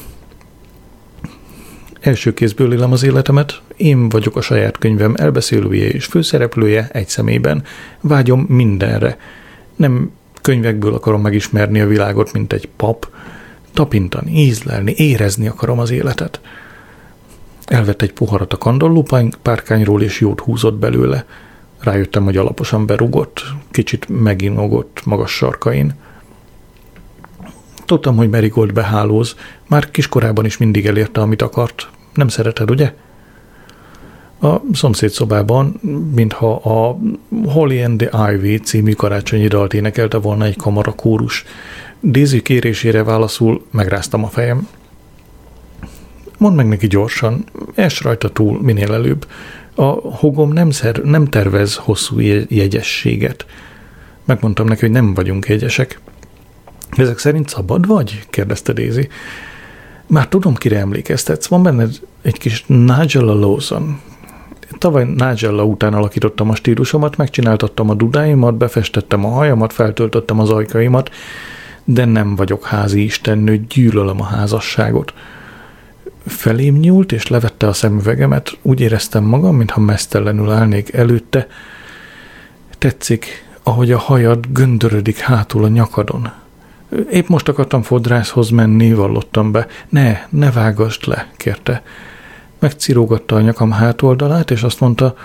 Első kézből élem az életemet, én vagyok a saját könyvem elbeszélője és főszereplője egy személyben. Vágyom mindenre. Nem könyvekből akarom megismerni a világot, mint egy pap. Tapintani, ízlelni, érezni akarom az életet. Elvett egy poharat a kandalló párkányról, és jót húzott belőle. Rájöttem, hogy alaposan berugott, kicsit meginogott magas sarkain. Tudtam, hogy Marigold behálóz, már kiskorában is mindig elérte, amit akart. Nem szereted, ugye? A szomszédszobában, mintha a Holly and the Ivy című karácsonyi dalt énekelte volna egy kamarakórus. Daisy kérésére válaszul megráztam a fejem. Mondd meg neki gyorsan, ess rajta túl minél előbb. A húgom nem tervez hosszú jegyességet. Megmondtam neki, hogy nem vagyunk jegyesek. Ezek szerint szabad vagy? Kérdezte Daisy. Már tudom, kire emlékeztetsz. Van benned egy kis Nigella Lawson. Tavaly Nigella után alakítottam a stílusomat, megcsináltattam a dudáimat, befestettem a hajamat, feltöltöttem az ajkaimat, de nem vagyok házi istennő, gyűlölöm a házasságot. Felém nyúlt, és levette a szemüvegemet. Úgy éreztem magam, mintha meztelenül állnék előtte. Tetszik, ahogy a hajad göndörödik hátul a nyakadon. Épp most akartam fodrászhoz menni, vallottam be. Ne vágasd le, kérte. Megcirógatta a nyakam hátoldalát, és azt mondta,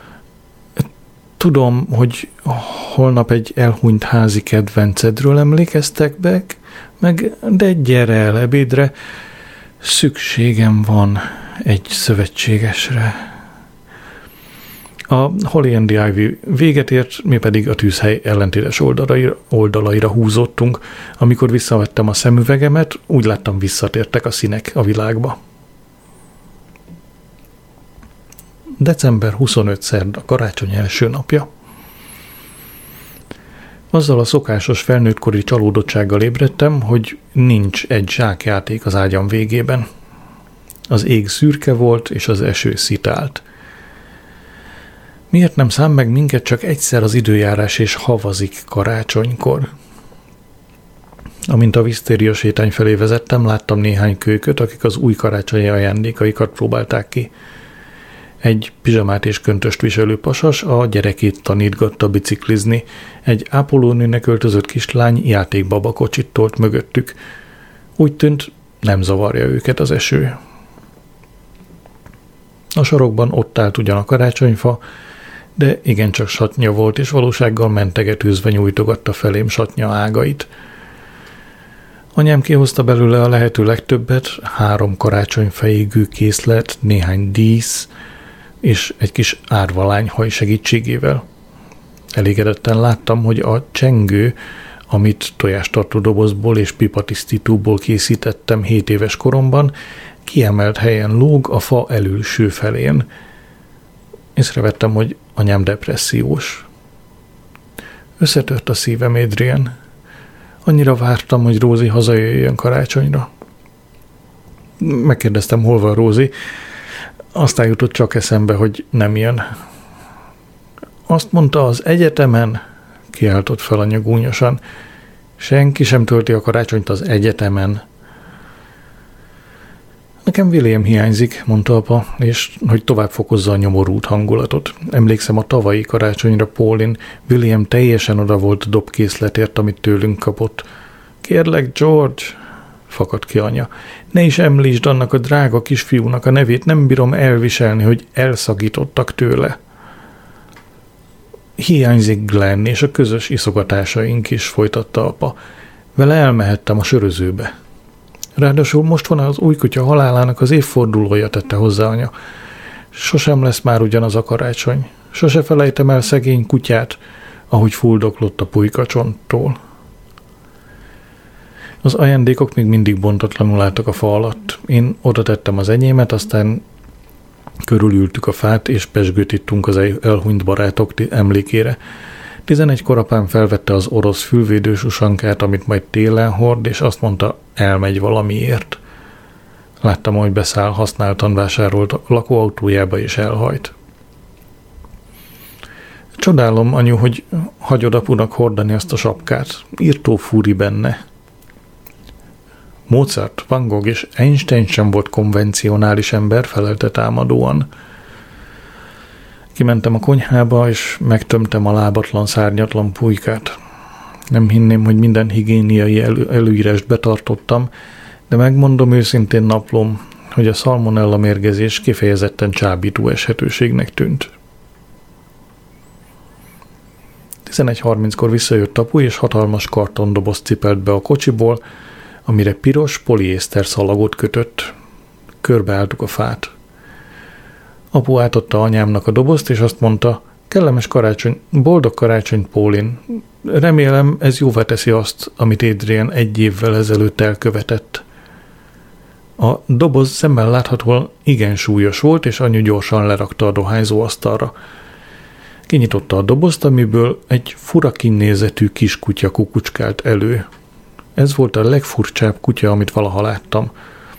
tudom, hogy holnap egy elhunyt házi kedvencedről emlékeztek be, de gyere el ebédre, Szükségem van egy szövetségesre. A Holly and the Ivy véget ért, mi pedig a tűzhely ellentétes oldalaira húzódtunk. Amikor visszavettem a szemüvegemet, úgy láttam, visszatértek a színek a világba. December 25 szerda, karácsony első napja. Azzal a szokásos felnőttkori csalódottsággal ébredtem, hogy nincs egy zsákjáték az ágyam végében. Az ég szürke volt, és az eső szitált. Miért nem szám meg minket csak egyszer az időjárás és havazik karácsonykor? Amint a Wisztéria sétány felé vezettem, láttam néhány kölyköt, akik az új karácsonyi ajándékaikat próbálták ki. Egy pizsamát és köntöst viselő pasas a gyerekét tanítgatta biciklizni. Egy ápolónőnek öltözött kislány játékbabakocsit tolt mögöttük. Úgy tűnt, nem zavarja őket az eső. A sarokban ott állt ugyan a karácsonyfa, de igencsak satnya volt, és valósággal mentegetőzve nyújtogatta felém satnya ágait. Anyám kihozta belőle a lehető legtöbbet, 3 karácsonyfaégű készlet, néhány dísz, és egy kis árvalányhaj segítségével. Elégedetten láttam, hogy a csengő, amit tojástartó dobozból és pipatisztítóból készítettem 7 éves koromban, kiemelt helyen lóg a fa elülső felén. Észrevettem, hogy anyám depressziós. Összetört a szívem, Adrian. Annyira vártam, hogy Rózi hazajöjjön karácsonyra. Megkérdeztem, hol van Rózi. Aztán jutott csak eszembe, hogy nem jön. Azt mondta, az egyetemen, kiáltott fel anya gúnyosan. Senki sem tölti a karácsonyt az egyetemen. Nekem William hiányzik, mondta apa, és hogy tovább fokozza a nyomorult hangulatot. Emlékszem a tavalyi karácsonyra Paulin. William teljesen oda volt a dobkészletért, amit tőlünk kapott. Kérlek, George, fakadt ki anya. Ne is említsd annak a drága kisfiúnak a nevét, nem bírom elviselni, hogy elszakítottak tőle. Hiányzik Glenn, és a közös iszogatásaink is, folytatta apa. Vele elmehettem a sörözőbe. Ráadásul most van az új kutya halálának az évfordulója, tette hozzá anya. Sosem lesz már ugyanaz a karácsony. Sose felejtem el szegény kutyát, ahogy fuldoklott a pulykacsonttól. Az ajándékok még mindig bontatlanul álltak a fa alatt. Én oda tettem az enyémet, aztán körülültük a fát, és pezsgőt ittunk az elhunyt barátok emlékére. 11-kor apám felvette az orosz fülvédős usankát, amit majd télen hord, és azt mondta, elmegy valamiért. Láttam, hogy beszáll használtan vásárolt lakóautójába, és elhajt. Csodálom, anyu, hogy hagyod apunak hordani azt a sapkát. Írtó fúri benne. Mozart, Van Gogh és Einstein sem volt konvencionális ember, felelte támadóan. Kimentem a konyhába, és megtömtem a lábatlan, szárnyatlan pulykát. Nem hinném, hogy minden higiéniai előírást betartottam, de megmondom őszintén, naplom, hogy a szalmonella mérgezés kifejezetten csábító eshetőségnek tűnt. 11:30-kor visszajött apu, és hatalmas kartondobozt cipelt be a kocsiból, amire piros poliészter szalagot kötött. Körbeálltuk a fát. Apu átadta anyámnak a dobozt, és azt mondta, kellemes karácsony, boldog karácsonyt, Paulin. Remélem, ez jóvá teszi azt, amit Adrian 1 évvel ezelőtt elkövetett. A doboz szemmel láthatóan igen súlyos volt, és anyu gyorsan lerakta a dohányzó asztalra. Kinyitotta a dobozt, amiből egy fura kinézetű kiskutya kukucskált elő. Ez volt a legfurcsább kutya, amit valaha láttam.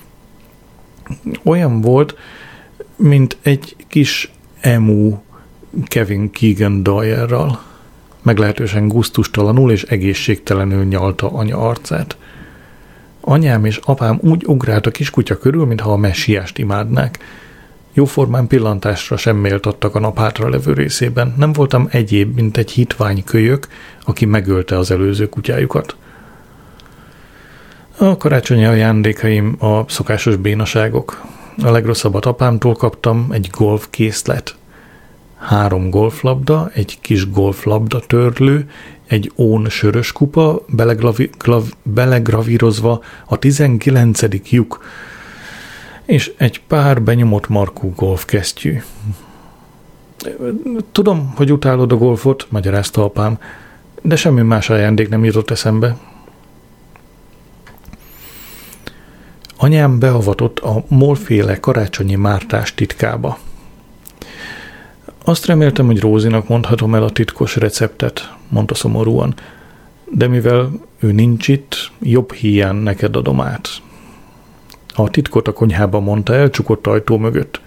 Olyan volt, mint egy kis emu Kevin Keegan Doyle-ral. Meglehetősen gusztustalanul és egészségtelenül nyalta anya arcát. Anyám és apám úgy ugrált a kiskutya körül, mintha a messiást imádnák. Jóformán pillantásra sem méltattak a nap hátralevő részében. Nem voltam egyéb, mint egy hitvány kölyök, aki megölte az előző kutyájukat. A karácsonyi ajándékaim a szokásos bénaságok. A legrosszabbat apámtól kaptam, egy golfkészlet. 3 golflabda, egy kis golflabda törlő, egy ón sörös kupa, belegravírozva a 19. lyuk. és egy pár benyomott markú golfkesztyű. Tudom, hogy utálod a golfot, magyarázta apám, de semmi más ajándék nem jutott eszembe. Anyám beavatott a molféle karácsonyi mártás titkába. Azt reméltem, hogy Rózinak mondhatom el a titkos receptet, mondta szomorúan, de mivel ő nincs itt, jobb híján neked adom át. A titkot a konyhában mondta el, csukott ajtó mögött.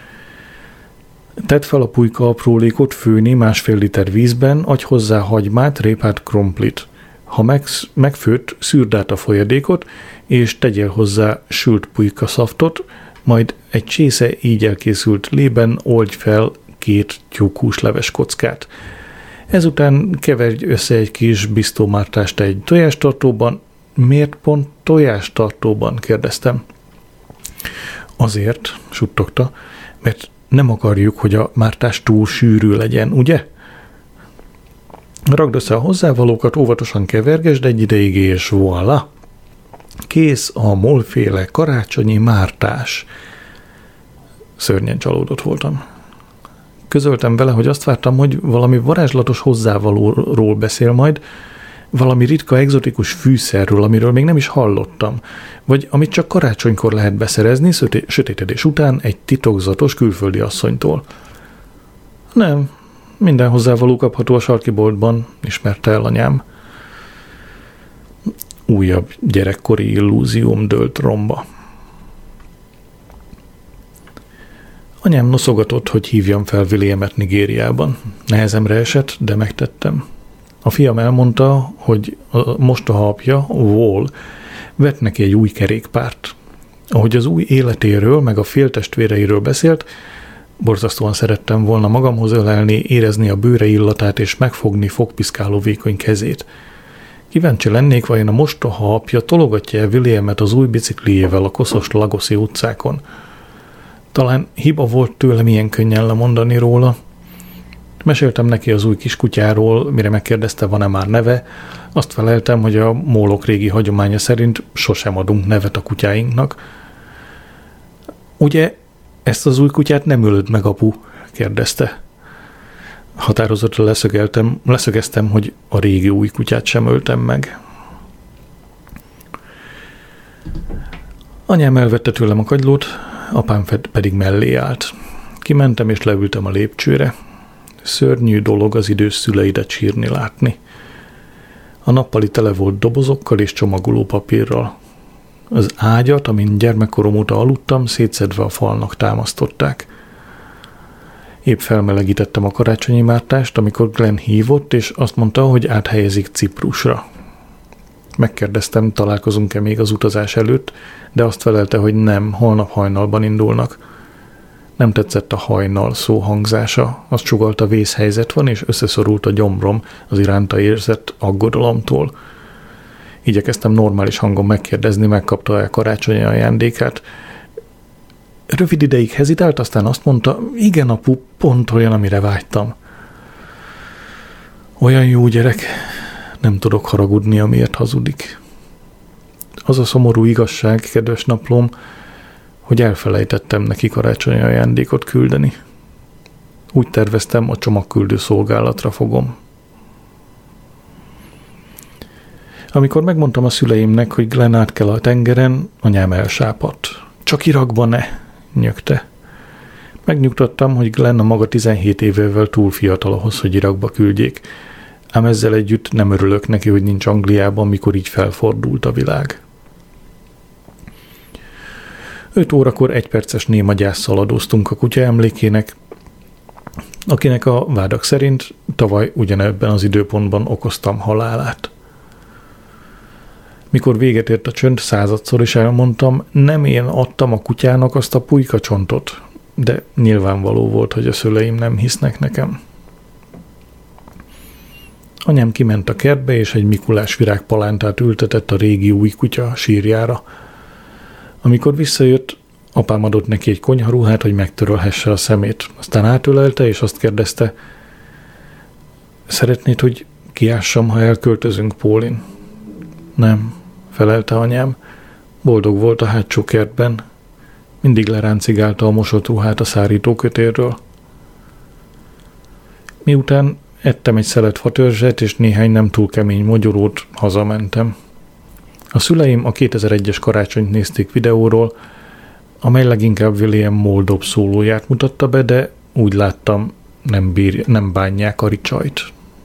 Tedd fel a pulyka aprólékot főni 1,5 liter vízben, adj hozzá hagymát, répát, krumplit. Ha megfőtt, szűrd át a folyadékot, és tegyél hozzá sült pulykaszaftot, majd egy csésze így elkészült lében oldj fel 2 tyúkhúsleves kockát. Ezután keverj össze egy kis bisztómártást egy tojástartóban. Miért pont tojástartóban? Kérdeztem. Azért, suttogta, mert nem akarjuk, hogy a mártás túl sűrű legyen, ugye? Ragd össze a hozzávalókat, óvatosan kevergesd egy ideig, és voilà! Kész a molféle karácsonyi mártás. Szörnyen csalódott voltam. Közöltem vele, hogy azt vártam, hogy valami varázslatos hozzávalóról beszél majd, valami ritka, egzotikus fűszerről, amiről még nem is hallottam, vagy amit csak karácsonykor lehet beszerezni, sötétedés után egy titokzatos külföldi asszonytól. Nem, minden hozzávaló kapható a sarki boltban, ismerte el anyám. Újabb gyerekkori illúzióm dőlt romba. Anyám noszogatott, hogy hívjam fel Williamet Nigériában. Nehezemre esett, de megtettem. A fiam elmondta, hogy a mostoha apja, Wall, vett neki egy új kerékpárt. Ahogy az új életéről, meg a féltestvéreiről beszélt, borzasztóan szerettem volna magamhoz ölelni, érezni a bőre illatát és megfogni fogpiszkáló vékony kezét. Kíváncsi lennék, vajon a mostoha apja tologatja-e Williamet az új bicikliével a koszos Lagoszi utcákon. Talán hiba volt tőlem ilyen könnyen lemondani róla. Meséltem neki az új kiskutyáról, mire megkérdezte, van-e már neve. Azt feleltem, hogy a mólok régi hagyománya szerint sosem adunk nevet a kutyáinknak. Ugye ezt az új kutyát nem ölöd meg, apu? Kérdezte. Határozottan leszögeztem, hogy a régi új kutyát sem öltem meg. Anyám elvette tőlem a kagylót, apám pedig mellé állt. Kimentem és leültem a lépcsőre. Szörnyű dolog az idős szüleidet sírni látni. A nappali tele volt dobozokkal és csomagoló papírral. Az ágyat, amin gyermekkorom óta aludtam, szétszedve a falnak támasztották. Épp felmelegítettem a karácsonyi mártást, amikor Glenn hívott, és azt mondta, hogy áthelyezik Ciprusra. Megkérdeztem, találkozunk-e még az utazás előtt, de azt felelte, hogy nem, holnap hajnalban indulnak. Nem tetszett a hajnal szó hangzása, azt sugallta, vészhelyzet van, és összeszorult a gyomrom az iránta érzett aggodalomtól. Igyekeztem normális hangon megkérdezni, megkapta-e karácsonyi ajándékát. Rövid ideig hezitált, aztán azt mondta, igen, apu, pont olyan, amire vágytam. Olyan jó gyerek, nem tudok haragudni, amiért hazudik. Az a szomorú igazság, kedves naplóm, hogy elfelejtettem neki karácsonyi ajándékot küldeni. Úgy terveztem, a csomagküldő szolgálatra fogom. Amikor megmondtam a szüleimnek, hogy Glenn át kell a tengeren, anyám elsápadt. Csak Irakba ne, nyögte. Megnyugtattam, hogy Glenn a maga 17 évével túl fiatal ahhoz, hogy Irakba küldjék, ám ezzel együtt nem örülök neki, hogy nincs Angliában, mikor így felfordult a világ. 5 órakor 1 perces néma gyásszal adóztunk a kutya emlékének, akinek a vádak szerint tavaly ugyanebben az időpontban okoztam halálát. Mikor véget ért a csönd, 100-szor is elmondtam, nem én adtam a kutyának azt a pulykacsontot, de nyilvánvaló volt, hogy a szüleim nem hisznek nekem. Anyám kiment a kertbe, és egy Mikulás virágpalántát ültetett a régi új kutya sírjára. Amikor visszajött, apám adott neki egy konyharuhát, hogy megtörölhesse a szemét. Aztán átölelte, és azt kérdezte, szeretnéd, hogy kiássam, ha elköltözünk, Pólin? Nem, felelte anyám. Boldog volt a hátsó kertben. Mindig leráncigálta a mosott ruhát a szárítókötérről. Miután ettem egy szelet fatörzset és néhány nem túl kemény mogyorót, hazamentem. A szüleim a 2001-es karácsonyt nézték videóról, amely leginkább William Moldov szólóját mutatta be, de úgy láttam, nem bánják a ricsajt.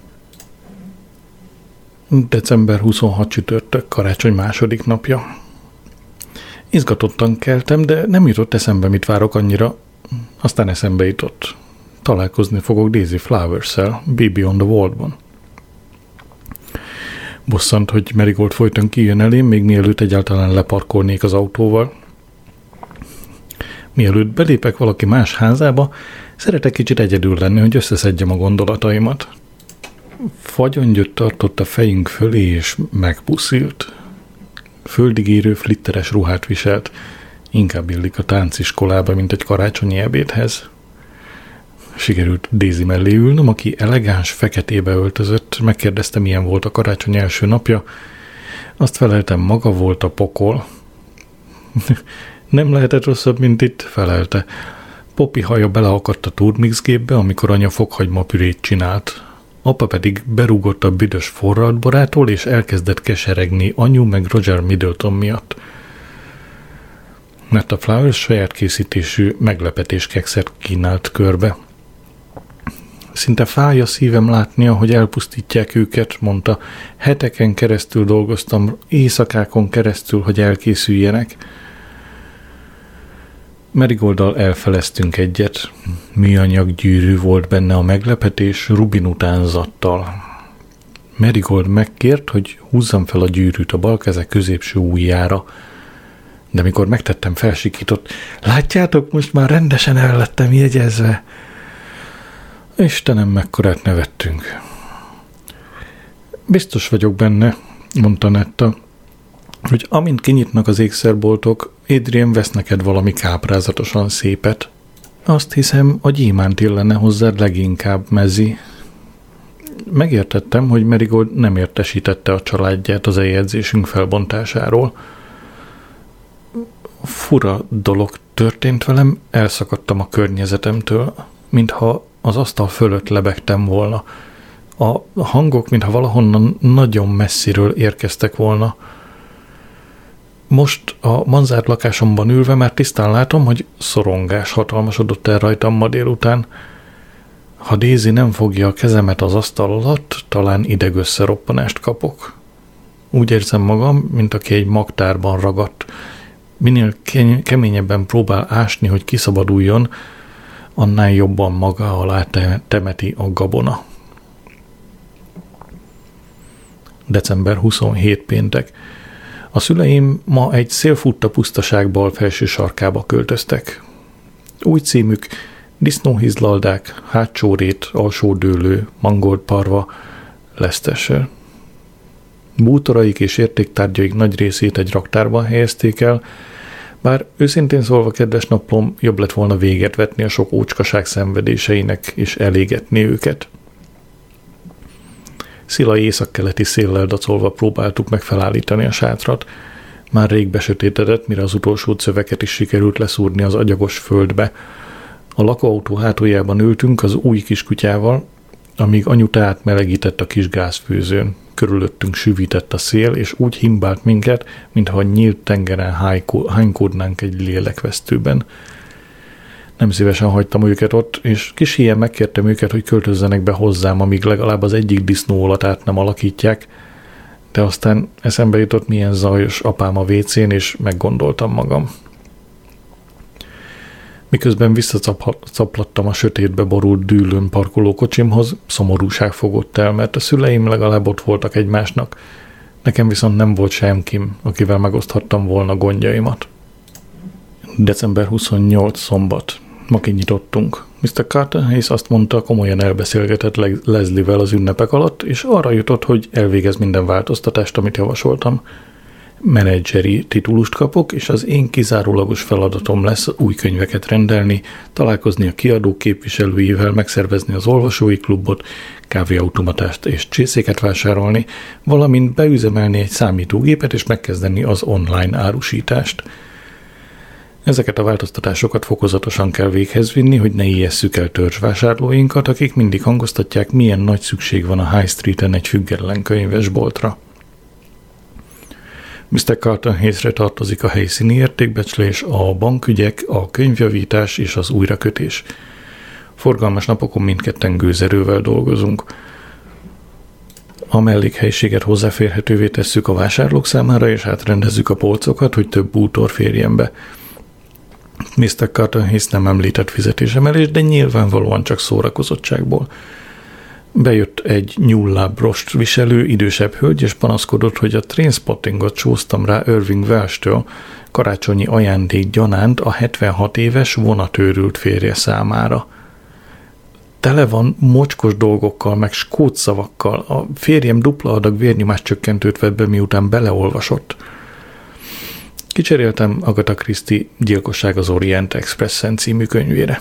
December 26 csütörtök, karácsony második napja. Izgatottan keltem, de nem jutott eszembe, mit várok annyira. Aztán eszembe jutott. Találkozni fogok Daisy Flowers-szel, Baby on the Wall-ban. Bosszant, hogy Marigold folyton kijön elém, még mielőtt egyáltalán leparkolnék az autóval. Mielőtt belépek valaki más házába, szeretek kicsit egyedül lenni, hogy összeszedjem a gondolataimat. Fagyongyöt tartott a fejünk fölé, és megpuszilt. Földig érő flitteres ruhát viselt, inkább illik a tánciskolába, mint egy karácsonyi ebédhez. Sikerült Daisy mellé ülnöm, aki elegáns feketébe öltözött, megkérdezte, milyen volt a karácsony első napja. Azt feleltem, maga volt a pokol. Nem lehetett rosszabb, mint itt, felelte. Poppy haja beleakadt a turmixgépbe, amikor anya fokhagymapürét csinált. Apa pedig berúgott a büdös forradborától, és elkezdett keseregni anyu meg Roger Middleton miatt. Mert a Flowers saját készítésű meglepetéskekszet kínált körbe. Szinte fáj a szívem látnia, hogy elpusztítják őket, mondta. Heteken keresztül dolgoztam, éjszakákon keresztül, hogy elkészüljenek. Marigolddal elfeleztünk egyet. Műanyag gyűrű volt benne a meglepetés, rubin utánzattal. Marigold megkért, hogy húzzam fel a gyűrűt a bal keze középső ujjára, de mikor megtettem, felsikított. Látjátok, most már rendesen el lettem jegyezve. Istenem, mekkorát nevettünk. Biztos vagyok benne, mondta Netta, hogy amint kinyitnak az ékszerboltok, Adrian vesz neked valami káprázatosan szépet. Azt hiszem, a gyémánt illene hozzád leginkább, Mezzi. Megértettem, hogy Marigold nem értesítette a családját az eljegyzésünk felbontásáról. Fura dolog történt velem, elszakadtam a környezetemtől, mintha az asztal fölött lebegtem volna. A hangok, mintha valahonnan nagyon messziről érkeztek volna. Most a manzárt lakásomban ülve már tisztán látom, hogy szorongás hatalmasodott el rajtam ma délután. Ha Daisy nem fogja a kezemet az asztal alatt, talán idegösszeroppanást kapok. Úgy érzem magam, mint aki egy magtárban ragadt. Minél keményebben próbál ásni, hogy kiszabaduljon, annál jobban maga alá temeti a gabona. December 27 péntek. A szüleim ma egy szélfutta pusztaság bal felső sarkába költöztek. Új címük disznóhizlaldák, hátsó rét, alsó dőlő, mangold parva, Leicestershire. Bútoraik és értéktárgyaik nagy részét egy raktárban helyezték el, bár őszintén szólva, kedves naplom, jobb lett volna véget vetni a sok ócskaság szenvedéseinek és elégetni őket. Szilai északkeleti széllel dacolva próbáltuk meg felállítani a sátrat. Már rég besötétedett, mire az utolsó cöveket is sikerült leszúrni az agyagos földbe. A lakóautó hátuljában ültünk az új kiskutyával, amíg anyu teát melegített a kis gázfőzőn. Körülöttünk süvített a szél, és úgy himbált minket, mintha a nyílt tengeren hánykódnánk egy lélekvesztőben. Nem szívesen hagytam őket ott, és kis híján megkértem őket, hogy költözzenek be hozzám, amíg legalább az egyik disznóolatát nem alakítják, de aztán eszembe jutott, milyen zajos apám a WC-n, és meggondoltam magam. Miközben visszacaplattam a sötétbe borult dűlőn parkolókocsimhoz, szomorúság fogott el, mert a szüleim legalább ott voltak egymásnak, nekem viszont nem volt semkim, akivel megoszthattam volna gondjaimat. December 28 szombat. Ma kinyitottunk. Mr. Carterhays azt mondta, komolyan elbeszélgetett Leslie-vel az ünnepek alatt, és arra jutott, hogy elvégez minden változtatást, amit javasoltam. Menedzseri titulust kapok, és az én kizárólagos feladatom lesz új könyveket rendelni, találkozni a kiadók képviselőivel, megszervezni az olvasói klubot, kávéautomatást és csészéket vásárolni, valamint beüzemelni egy számítógépet és megkezdeni az online árusítást. Ezeket a változtatásokat fokozatosan kell véghez vinni, hogy ne ijesszük el törzsvásárlóinkat, akik mindig hangoztatják, milyen nagy szükség van a High Streeten egy független könyvesboltra. Mr. Carlton Hayesre tartozik a helyszíni értékbecslés, a bankügyek, a könyvjavítás és az újrakötés. Forgalmas napokon mindketten gőzerővel dolgozunk. A mellékhelyiséget hozzáférhetővé tesszük a vásárlók számára, és átrendezzük a polcokat, hogy több bútor férjen be. Mr. Carlton Hayes nem említett fizetésemelést, de nyilvánvalóan csak szórakozottságból. Bejött egy nyúllábrost viselő idősebb hölgy, és panaszkodott, hogy a Trainspottingot csúsztam rá Irving Welsh-től karácsonyi ajándék gyanánt a 76 éves vonatőrült férje számára. Tele van mocskos dolgokkal, meg skótszavakkal. A férjem dupla adag vérnyomáscsökkentőt vett be, miután beleolvasott. Kicseréltem Agatha Christie Gyilkosság az Orient Expressen című könyvére.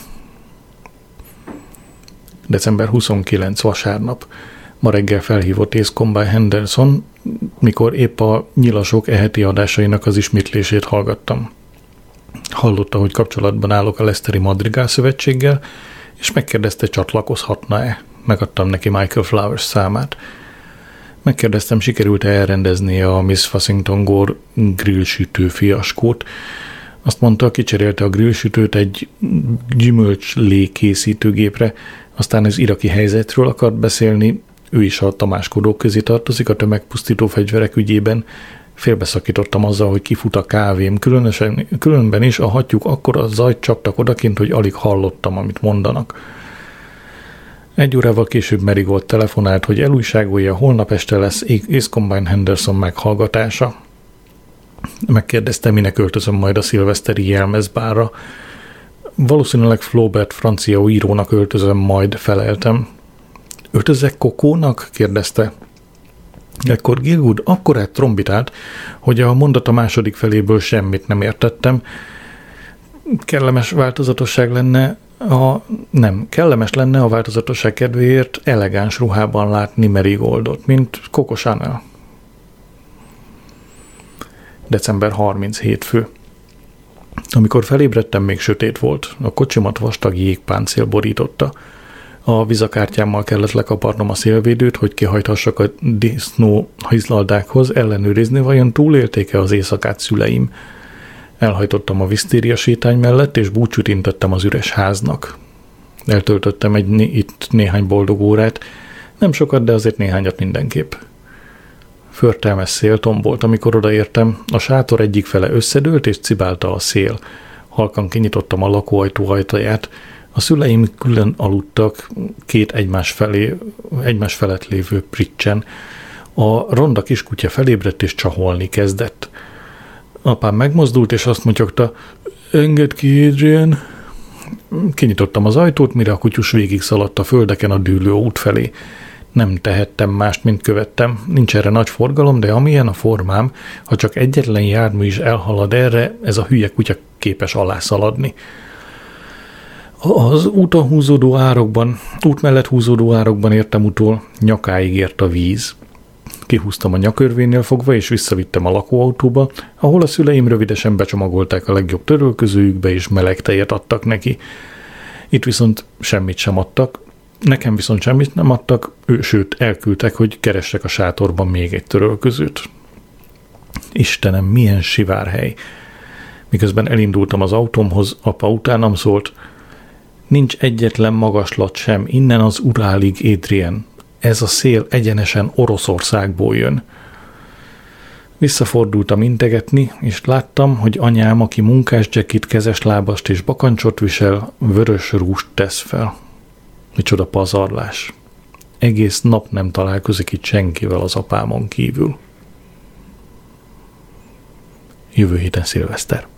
December 29. vasárnap. Ma reggel felhívott Ace Combine Henderson, mikor épp a Nyilasok eheti adásainak az ismétlését hallgattam. Hallotta, hogy kapcsolatban állok a Leicesteri Madrigál Szövetséggel, és megkérdezte, csatlakozhatna-e. Megadtam neki Michael Flowers számát. Megkérdeztem, sikerült-e elrendeznie a Miss Fussington Gore grillsütő fiaskót. Azt mondta, kicserélte a grillsütőt egy gyümölcslé készítőgépre, aztán az iraki helyzetről akart beszélni, ő is a tamáskodók közé tartozik a tömegpusztító fegyverek ügyében. Félbeszakítottam azzal, hogy kifut a kávém, különben is a hattyúk akkora zajt csaptak odakint, hogy alig hallottam, amit mondanak. 1 órával később Marigold telefonált, hogy elújságolja, holnap este lesz Ace Combine Henderson meghallgatása. Megkérdezte, minek öltözöm majd a szilveszteri jelmezbárra. Valószínűleg Flaubert francia írónak öltözöm majd, feleltem. Öltözzek Kokónak? kérdezte. Ekkor Gilwood akkorát trombitált, hogy a mondata második feléből semmit nem értettem. Kellemes lenne a változatosság kedvéért elegáns ruhában látni Marigoldot, mint Coco Chanel. December 30 hétfő. Amikor felébredtem, még sötét volt. A kocsimat vastag jégpáncél borította. A vizakártyámmal kellett lekaparnom a szélvédőt, hogy kihajthassak a disznó hizlaldákhoz, ellenőrizni, vajon túlélték-e az éjszakát szüleim. Elhajtottam a visztéria sétány mellett, és búcsút intettem az üres háznak. Eltöltöttem itt néhány boldog órát, nem sokat, de azért néhányat mindenképp. Förtelmes szél tombolt, amikor odaértem, a sátor egyik fele összedőlt, és cibálta a szél. Halkan kinyitottam a lakóajtó ajtaját. A szüleim külön aludtak 2 egymás felett lévő pricsen. A ronda kiskutya felébredt és csaholni kezdett. Apám megmozdult, és azt motyogta, engedd ki, Adrian. Kinyitottam az ajtót, mire a kutyus végig szaladt a földeken a dűlő út felé. Nem tehettem mást, mint követtem. Nincs erre nagy forgalom, de amilyen a formám, ha csak egyetlen jármű is elhalad erre, ez a hülye kutya képes alászaladni. Az út mellett húzódó árokban értem utol, nyakáig ért a víz. Kihúztam a nyakörvénél fogva, és visszavittem a lakóautóba, ahol a szüleim rövidesen becsomagolták a legjobb törölközőjükbe, és meleg tejet adtak neki. Itt viszont semmit sem adtak, nekem viszont semmit nem adtak, sőt elküldtek, hogy keressek a sátorban még egy törölközőt. Istenem, milyen sivárhely! Miközben elindultam az autómhoz, apa utánam szólt, nincs egyetlen magaslat sem, innen az Urálig, Adrian. Ez a szél egyenesen Oroszországból jön. Visszafordultam integetni, és láttam, hogy anyám, aki munkásdzsekit, kezeslábast és bakancsot visel, vörös rúst tesz fel. Micsoda pazarlás. Egész nap nem találkozik itt senkivel az apámon kívül. Jövő héten szilveszter.